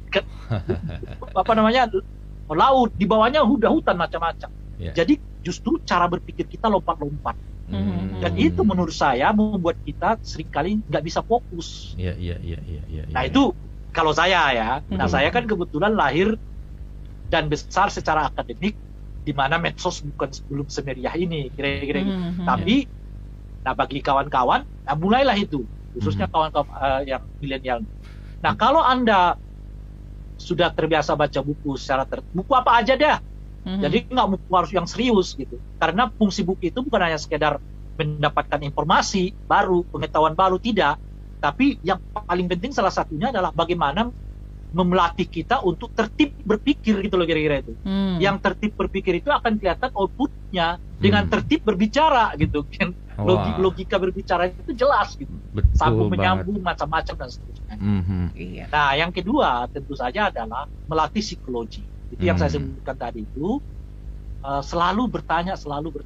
laut, di bawahnya udah hutan macam-macam. Jadi justru cara berpikir kita lompat-lompat. Dan itu menurut saya membuat kita seringkali nggak bisa fokus. Nah itu kalau saya ya. Nah saya kan kebetulan lahir dan besar secara akademik di mana medsos belum semeriah ini kira-kira gitu. Tapi nah bagi kawan-kawan, nah mulailah itu khususnya kawan-kawan yang milenial. Nah kalau Anda sudah terbiasa baca buku secara buku apa aja deh. Jadi nggak buku harus yang serius gitu. Karena fungsi buku itu bukan hanya sekedar mendapatkan informasi baru, pengetahuan baru, tidak. Tapi yang paling penting salah satunya adalah bagaimana memelatih kita untuk tertib berpikir gitu loh kira-kira itu. Yang tertib berpikir itu akan kelihatan outputnya dengan tertib berbicara gitu. Logika berbicara itu jelas gitu. Sambung menyambung macam-macam dan seterusnya. Nah yang kedua tentu saja adalah melatih psikologi. Itu yang saya sebutkan tadi itu selalu bertanya.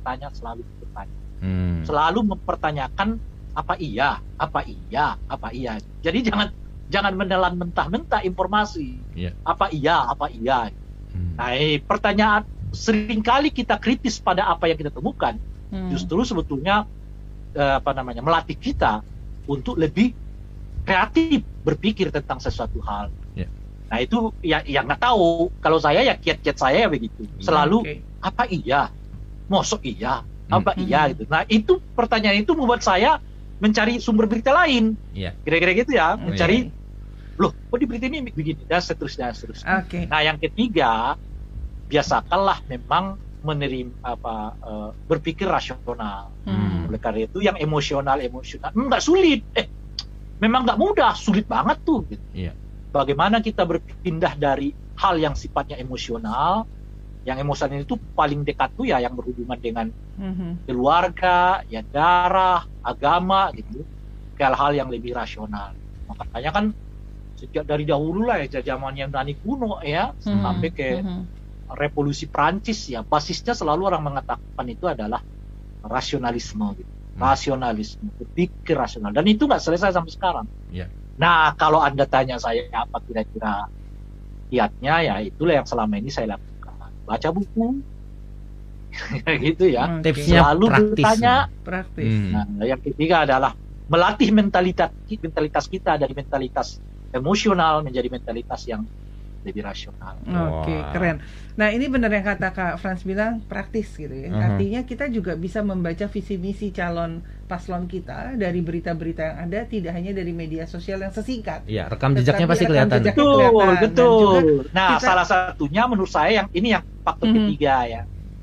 Selalu mempertanyakan apa iya. Jadi jangan menelan mentah-mentah informasi. Apa iya. Nah, pertanyaan seringkali kita kritis pada apa yang kita temukan. Justru sebetulnya melatih kita untuk lebih kreatif berpikir tentang sesuatu hal. Nah, itu ya nggak tahu. Kalau saya ya kiat-kiat saya ya begitu. Selalu apa iya? Mosok iya? Apa iya gitu. Nah, itu pertanyaan itu membuat saya mencari sumber berita lain. Kira-kira gitu ya, mencari loh, kok di berita ini begini, dan seterusnya. Nah, yang ketiga, biasakanlah memang berpikir rasional. Oleh karena itu, yang emosional nggak sulit. Memang nggak mudah, sulit banget tuh. Gitu. Bagaimana kita berpindah dari hal yang sifatnya emosional, yang emosional itu paling dekat tuh ya yang berhubungan dengan keluarga, ya darah, agama gitu, ke hal-hal yang lebih rasional. Makanya kan sejak dari dahulu lah ya, zaman yang Yunani kuno ya, sampai ke revolusi Prancis ya, basisnya selalu orang mengatakan itu adalah rasionalisme gitu. Rasionalisme, berpikir rasional, dan itu nggak selesai sampai sekarang. Nah, kalau Anda tanya saya apa kira-kira kiatnya, ya itulah yang selama ini saya lakukan. Baca buku, gitu ya. Tipsnya selalu bertanya. Praktis. Nah, yang ketiga adalah melatih mentalitas kita dari mentalitas emosional menjadi mentalitas yang lebih rasional. Oke, keren. Nah, ini benar yang kata Kak Frans bilang, praktis gitu ya. Artinya kita juga bisa membaca visi misi calon paslon kita dari berita-berita yang ada, tidak hanya dari media sosial yang sesingkat. Iya, rekam jejaknya pasti kelihatan. Betul. Nah, salah satunya menurut saya yang faktor ketiga ya.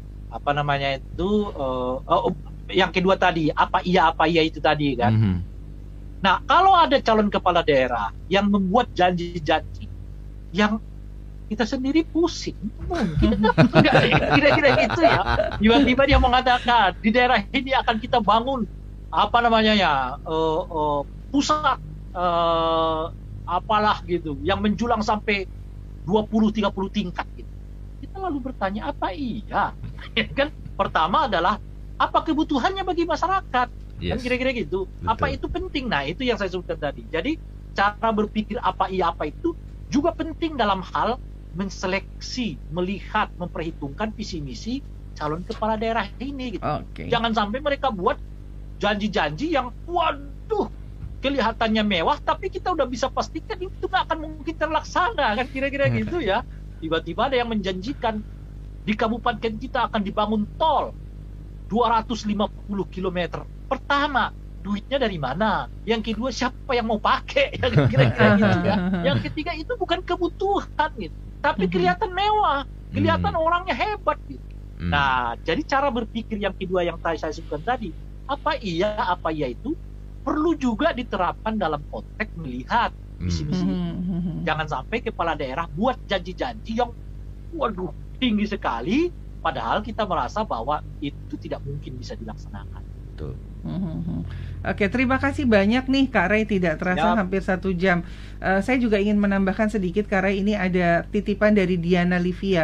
Yang kedua tadi, apa iya itu tadi kan. Nah, kalau ada calon kepala daerah yang membuat janji-janji yang kita sendiri pusing, mungkin kira-kira gitu ya. Tiba-tiba dia mengatakan di daerah ini akan kita bangun pusat apalah gitu, yang menjulang sampai 20-30 tingkat gitu. Kita lalu bertanya apa iya? Kan pertama adalah apa kebutuhannya bagi masyarakat? Kan kira-kira gitu. Betul. Apa itu penting? Nah, itu yang saya sebutkan tadi. Jadi cara berpikir apa iya apa itu juga penting dalam hal menseleksi, melihat, memperhitungkan visi misi calon kepala daerah ini gitu. Jangan sampai mereka buat janji-janji yang waduh kelihatannya mewah, tapi kita udah bisa pastikan itu nggak akan mungkin terlaksana kan kira-kira gitu ya. Tiba-tiba ada yang menjanjikan di kabupaten kita akan dibangun tol 250 km. Pertama, duitnya dari mana? Yang kedua, siapa yang mau pakai? Yang kira-kira gitu ya. Yang ketiga, itu bukan kebutuhan gitu, tapi kelihatan mewah, kelihatan orangnya hebat gitu. Nah, jadi cara berpikir yang kedua yang saya sebutkan tadi, apa iya itu perlu juga diterapkan dalam konteks melihat visi-misi. Jangan sampai kepala daerah buat janji-janji yang waduh tinggi sekali, padahal kita merasa bahwa itu tidak mungkin bisa dilaksanakan. Betul. Oke, terima kasih banyak nih Kak Ray, tidak terasa hampir 1 jam. Saya juga ingin menambahkan sedikit, Kak Ray, ini ada titipan dari Diana Livia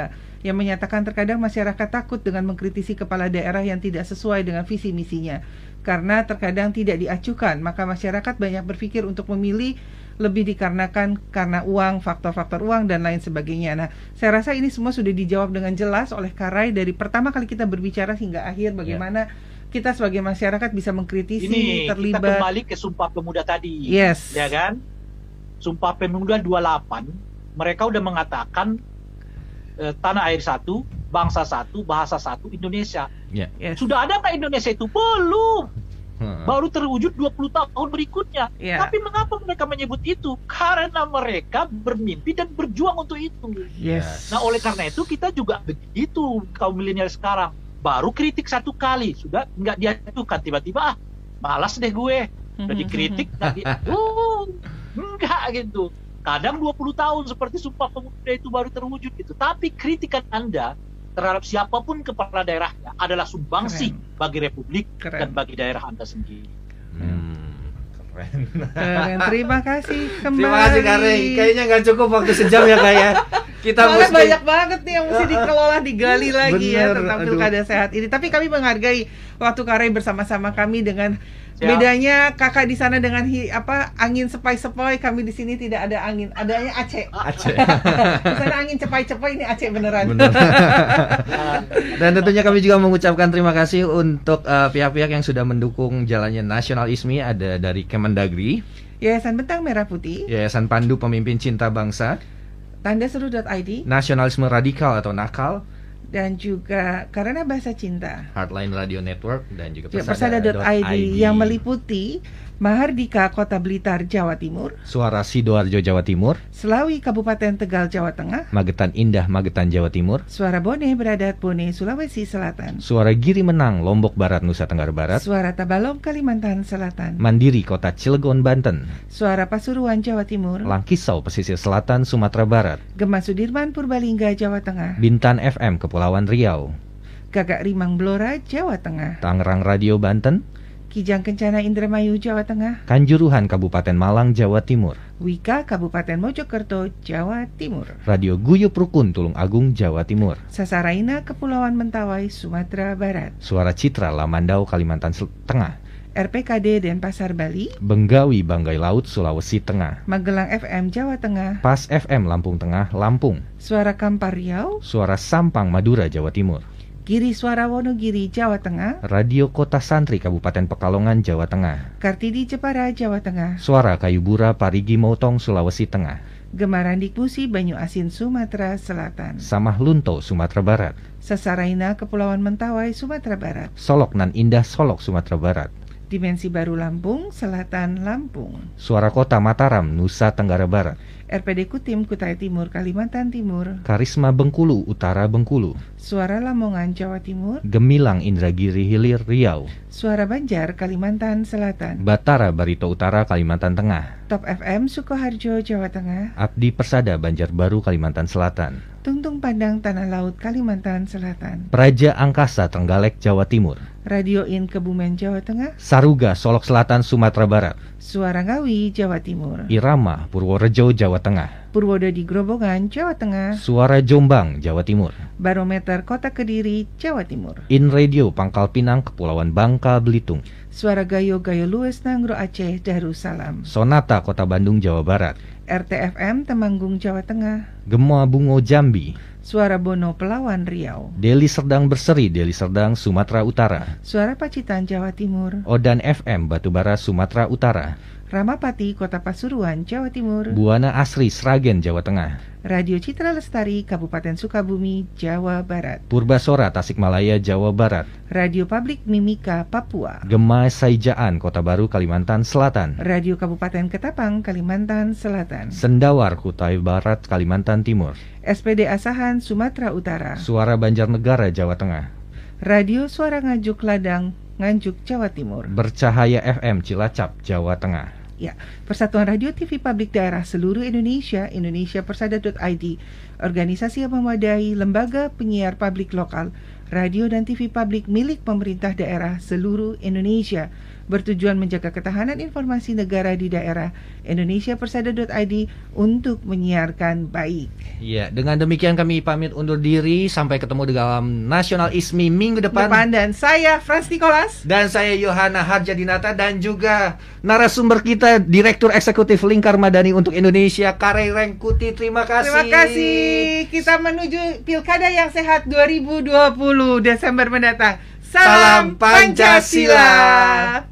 yang menyatakan terkadang masyarakat takut dengan mengkritisi kepala daerah yang tidak sesuai dengan visi misinya karena terkadang tidak diacuhkan, maka masyarakat banyak berpikir untuk memilih lebih dikarenakan karena uang, faktor-faktor uang dan lain sebagainya. Nah, saya rasa ini semua sudah dijawab dengan jelas oleh Kak Rai dari pertama kali kita berbicara hingga akhir bagaimana kita sebagai masyarakat bisa mengkritisi, ini terlibat. Kita kembali ke Sumpah Pemuda tadi. Yes. Ya kan? Sumpah Pemuda 28, mereka udah mengatakan tanah air satu, bangsa satu, bahasa satu, Indonesia. Yes. Sudah ada nggak Indonesia itu? Belum. Baru terwujud 20 tahun berikutnya. Tapi mengapa mereka menyebut itu? Karena mereka bermimpi dan berjuang untuk itu. Yes. Nah, oleh karena itu kita juga begitu kaum milenial sekarang. Baru kritik satu kali, sudah nggak diajukan. Tiba-tiba, malas deh gue. Udah dikritik, enggak gitu. Kadang 20 tahun seperti Sumpah Pemuda itu baru terwujud gitu. Tapi kritikan Anda terhadap siapapun kepala daerahnya adalah sumbangsi bagi Republik dan bagi daerah Anda sendiri. Keren. Terima kasih kembali. Terima kasih Kak Rai. Kayaknya nggak cukup waktu sejam ya Kak ya. Kita mesti banyak banget nih yang mesti dikelola, digali lagi ya tentang pilkada sehat ini. Tapi kami menghargai waktu Kak Rai bersama-sama kami dengan bedanya kakak di sana dengan angin sepoi-sepoi, kami di sini tidak ada angin, adanya Aceh. Di sana angin cepai-cepai, ini Aceh beneran. Dan tentunya kami juga mengucapkan terima kasih untuk pihak-pihak yang sudah mendukung jalannya Nasional ISMI, ada dari Kemendagri, Yayasan Bentang Merah Putih, Yayasan Pandu Pemimpin Cinta Bangsa, Tandaseru.id, Nasionalisme Radikal atau Nakal, dan juga Karena Bahasa Cinta, Heartline Radio Network, dan juga Persada.id yang meliputi Mahardika Kota Blitar, Jawa Timur, Suara Sidoarjo, Jawa Timur, Selawi Kabupaten Tegal, Jawa Tengah, Magetan Indah, Magetan, Jawa Timur, Suara Bone Beradat, Bone, Sulawesi Selatan, Suara Giri Menang, Lombok Barat, Nusa Tenggara Barat, Suara Tabalong, Kalimantan Selatan, Mandiri Kota Cilegon, Banten, Suara Pasuruan, Jawa Timur, Langkisau, Pesisir Selatan, Sumatera Barat, Gema Sudirman, Purbalingga, Jawa Tengah, Bintan FM, Kepulauan Riau, Gagak Rimang Blora, Jawa Tengah, Tangerang Radio, Banten, Kijang Kencana Indramayu, Jawa Tengah, Kanjuruhan, Kabupaten Malang, Jawa Timur, Wika, Kabupaten Mojokerto, Jawa Timur, Radio Guyup Rukun, Tulung Agung, Jawa Timur, Sasaraina, Kepulauan Mentawai, Sumatera Barat, Suara Citra, Lamandau, Kalimantan Tengah, RPKD Denpasar, Bali, Benggawi, Banggai Laut, Sulawesi Tengah, Magelang FM, Jawa Tengah, Pas FM, Lampung Tengah, Lampung, Suara Kampar Riau, Suara Sampang, Madura, Jawa Timur, Giri Suara Wonogiri, Jawa Tengah, Radio Kota Santri, Kabupaten Pekalongan, Jawa Tengah, Kartidi Jepara, Jawa Tengah, Suara Kayubura, Parigi Motong, Sulawesi Tengah, Gemarandik Pusi, Banyu Asin, Sumatera Selatan, Samah Lunto, Sumatera Barat, Sasaraina, Kepulauan Mentawai, Sumatera Barat, Solok Nan Indah, Solok, Sumatera Barat, Dimensi Baru Lampung, Selatan Lampung, Suara Kota Mataram, Nusa Tenggara Barat, RPD Kutim, Kutai Timur, Kalimantan Timur, Karisma Bengkulu, Utara Bengkulu, Suara Lamongan, Jawa Timur, Gemilang, Indragiri Hilir, Riau, Suara Banjar, Kalimantan Selatan, Batara, Barito Utara, Kalimantan Tengah, Top FM, Sukoharjo, Jawa Tengah, Abdi Persada, Banjarbaru, Kalimantan Selatan, Tungtung Pandang, Tanah Laut, Kalimantan Selatan, Praja Angkasa, Trenggalek, Jawa Timur, Radio In Kebumen, Jawa Tengah, Saruga, Solok Selatan, Sumatera Barat, Suara Ngawi, Jawa Timur, Irama, Purworejo, Jawa Tengah, Purwodo di Grobogan, Jawa Tengah, Suara Jombang, Jawa Timur, Barometer Kota Kediri, Jawa Timur, In Radio, Pangkal Pinang, Kepulauan Bangka, Belitung, Suara Gayo Gayo Lues, Nangro Aceh, Darussalam, Sonata, Kota Bandung, Jawa Barat, RTFM Temanggung, Jawa Tengah, Gema Bungo, Jambi, Suara Bono Pelawan, Riau, Deli Serdang Berseri, Deli Serdang, Sumatera Utara, Suara Pacitan, Jawa Timur, Odan FM, Batubara, Sumatera Utara, Ramapati, Kota Pasuruan, Jawa Timur, Buana Asri, Sragen, Jawa Tengah, Radio Citra Lestari, Kabupaten Sukabumi, Jawa Barat, Purbasora, Tasikmalaya, Jawa Barat, Radio Publik Mimika, Papua, Gema Saijaan, Kota Baru, Kalimantan Selatan, Radio Kabupaten Ketapang, Kalimantan Selatan, Sendawar, Kutai Barat, Kalimantan Timur, SPD Asahan, Sumatera Utara, Suara Banjarnegara, Jawa Tengah, Radio Suara Nganjuk Ladang, Nganjuk, Jawa Timur, Bercahaya FM, Cilacap, Jawa Tengah. Ya, Persatuan Radio TV Publik Daerah seluruh Indonesia, indonesiapersada.id, organisasi yang memadai lembaga penyiar publik lokal, radio dan TV publik milik pemerintah daerah seluruh Indonesia, bertujuan menjaga ketahanan informasi negara di daerah, indonesiapersada.id untuk menyiarkan baik. Iya, dengan demikian kami pamit undur diri. Sampai ketemu di dalam Nasional ISMI minggu depan. Dan saya Frans Nicholas. Dan saya Yohana Harjadinata. Dan juga narasumber kita Direktur Eksekutif Lingkar Madani untuk Indonesia, Kare Rengkuti. Terima kasih. Terima kasih. Kita menuju Pilkada yang Sehat 2020 Desember mendatang. Salam Pancasila.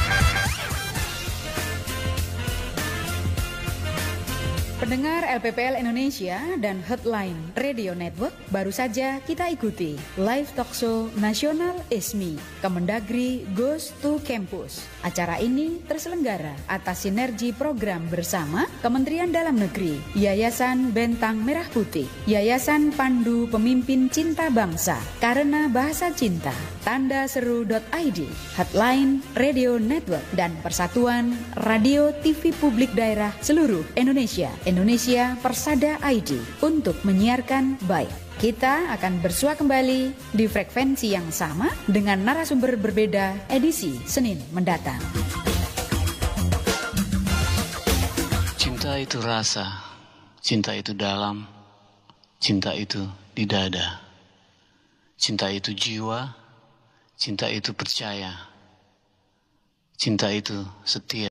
Pendengar LPPL Indonesia dan Hotline Radio Network, baru saja kita ikuti live talkshow Nasional ISMI Kemendagri Goes to Campus. Acara ini terselenggara atas sinergi program bersama Kementerian Dalam Negeri, Yayasan Bentang Merah Putih, Yayasan Pandu Pemimpin Cinta Bangsa, Karena Bahasa Cinta, Tandaseru.id, Hotline Radio Network, dan Persatuan Radio TV Publik Daerah seluruh Indonesia Persada ID untuk menyiarkan baik. Kita akan bersua kembali di frekuensi yang sama dengan narasumber berbeda edisi Senin mendatang. Cinta itu rasa, cinta itu dalam, cinta itu di dada. Cinta itu jiwa, cinta itu percaya, cinta itu setia.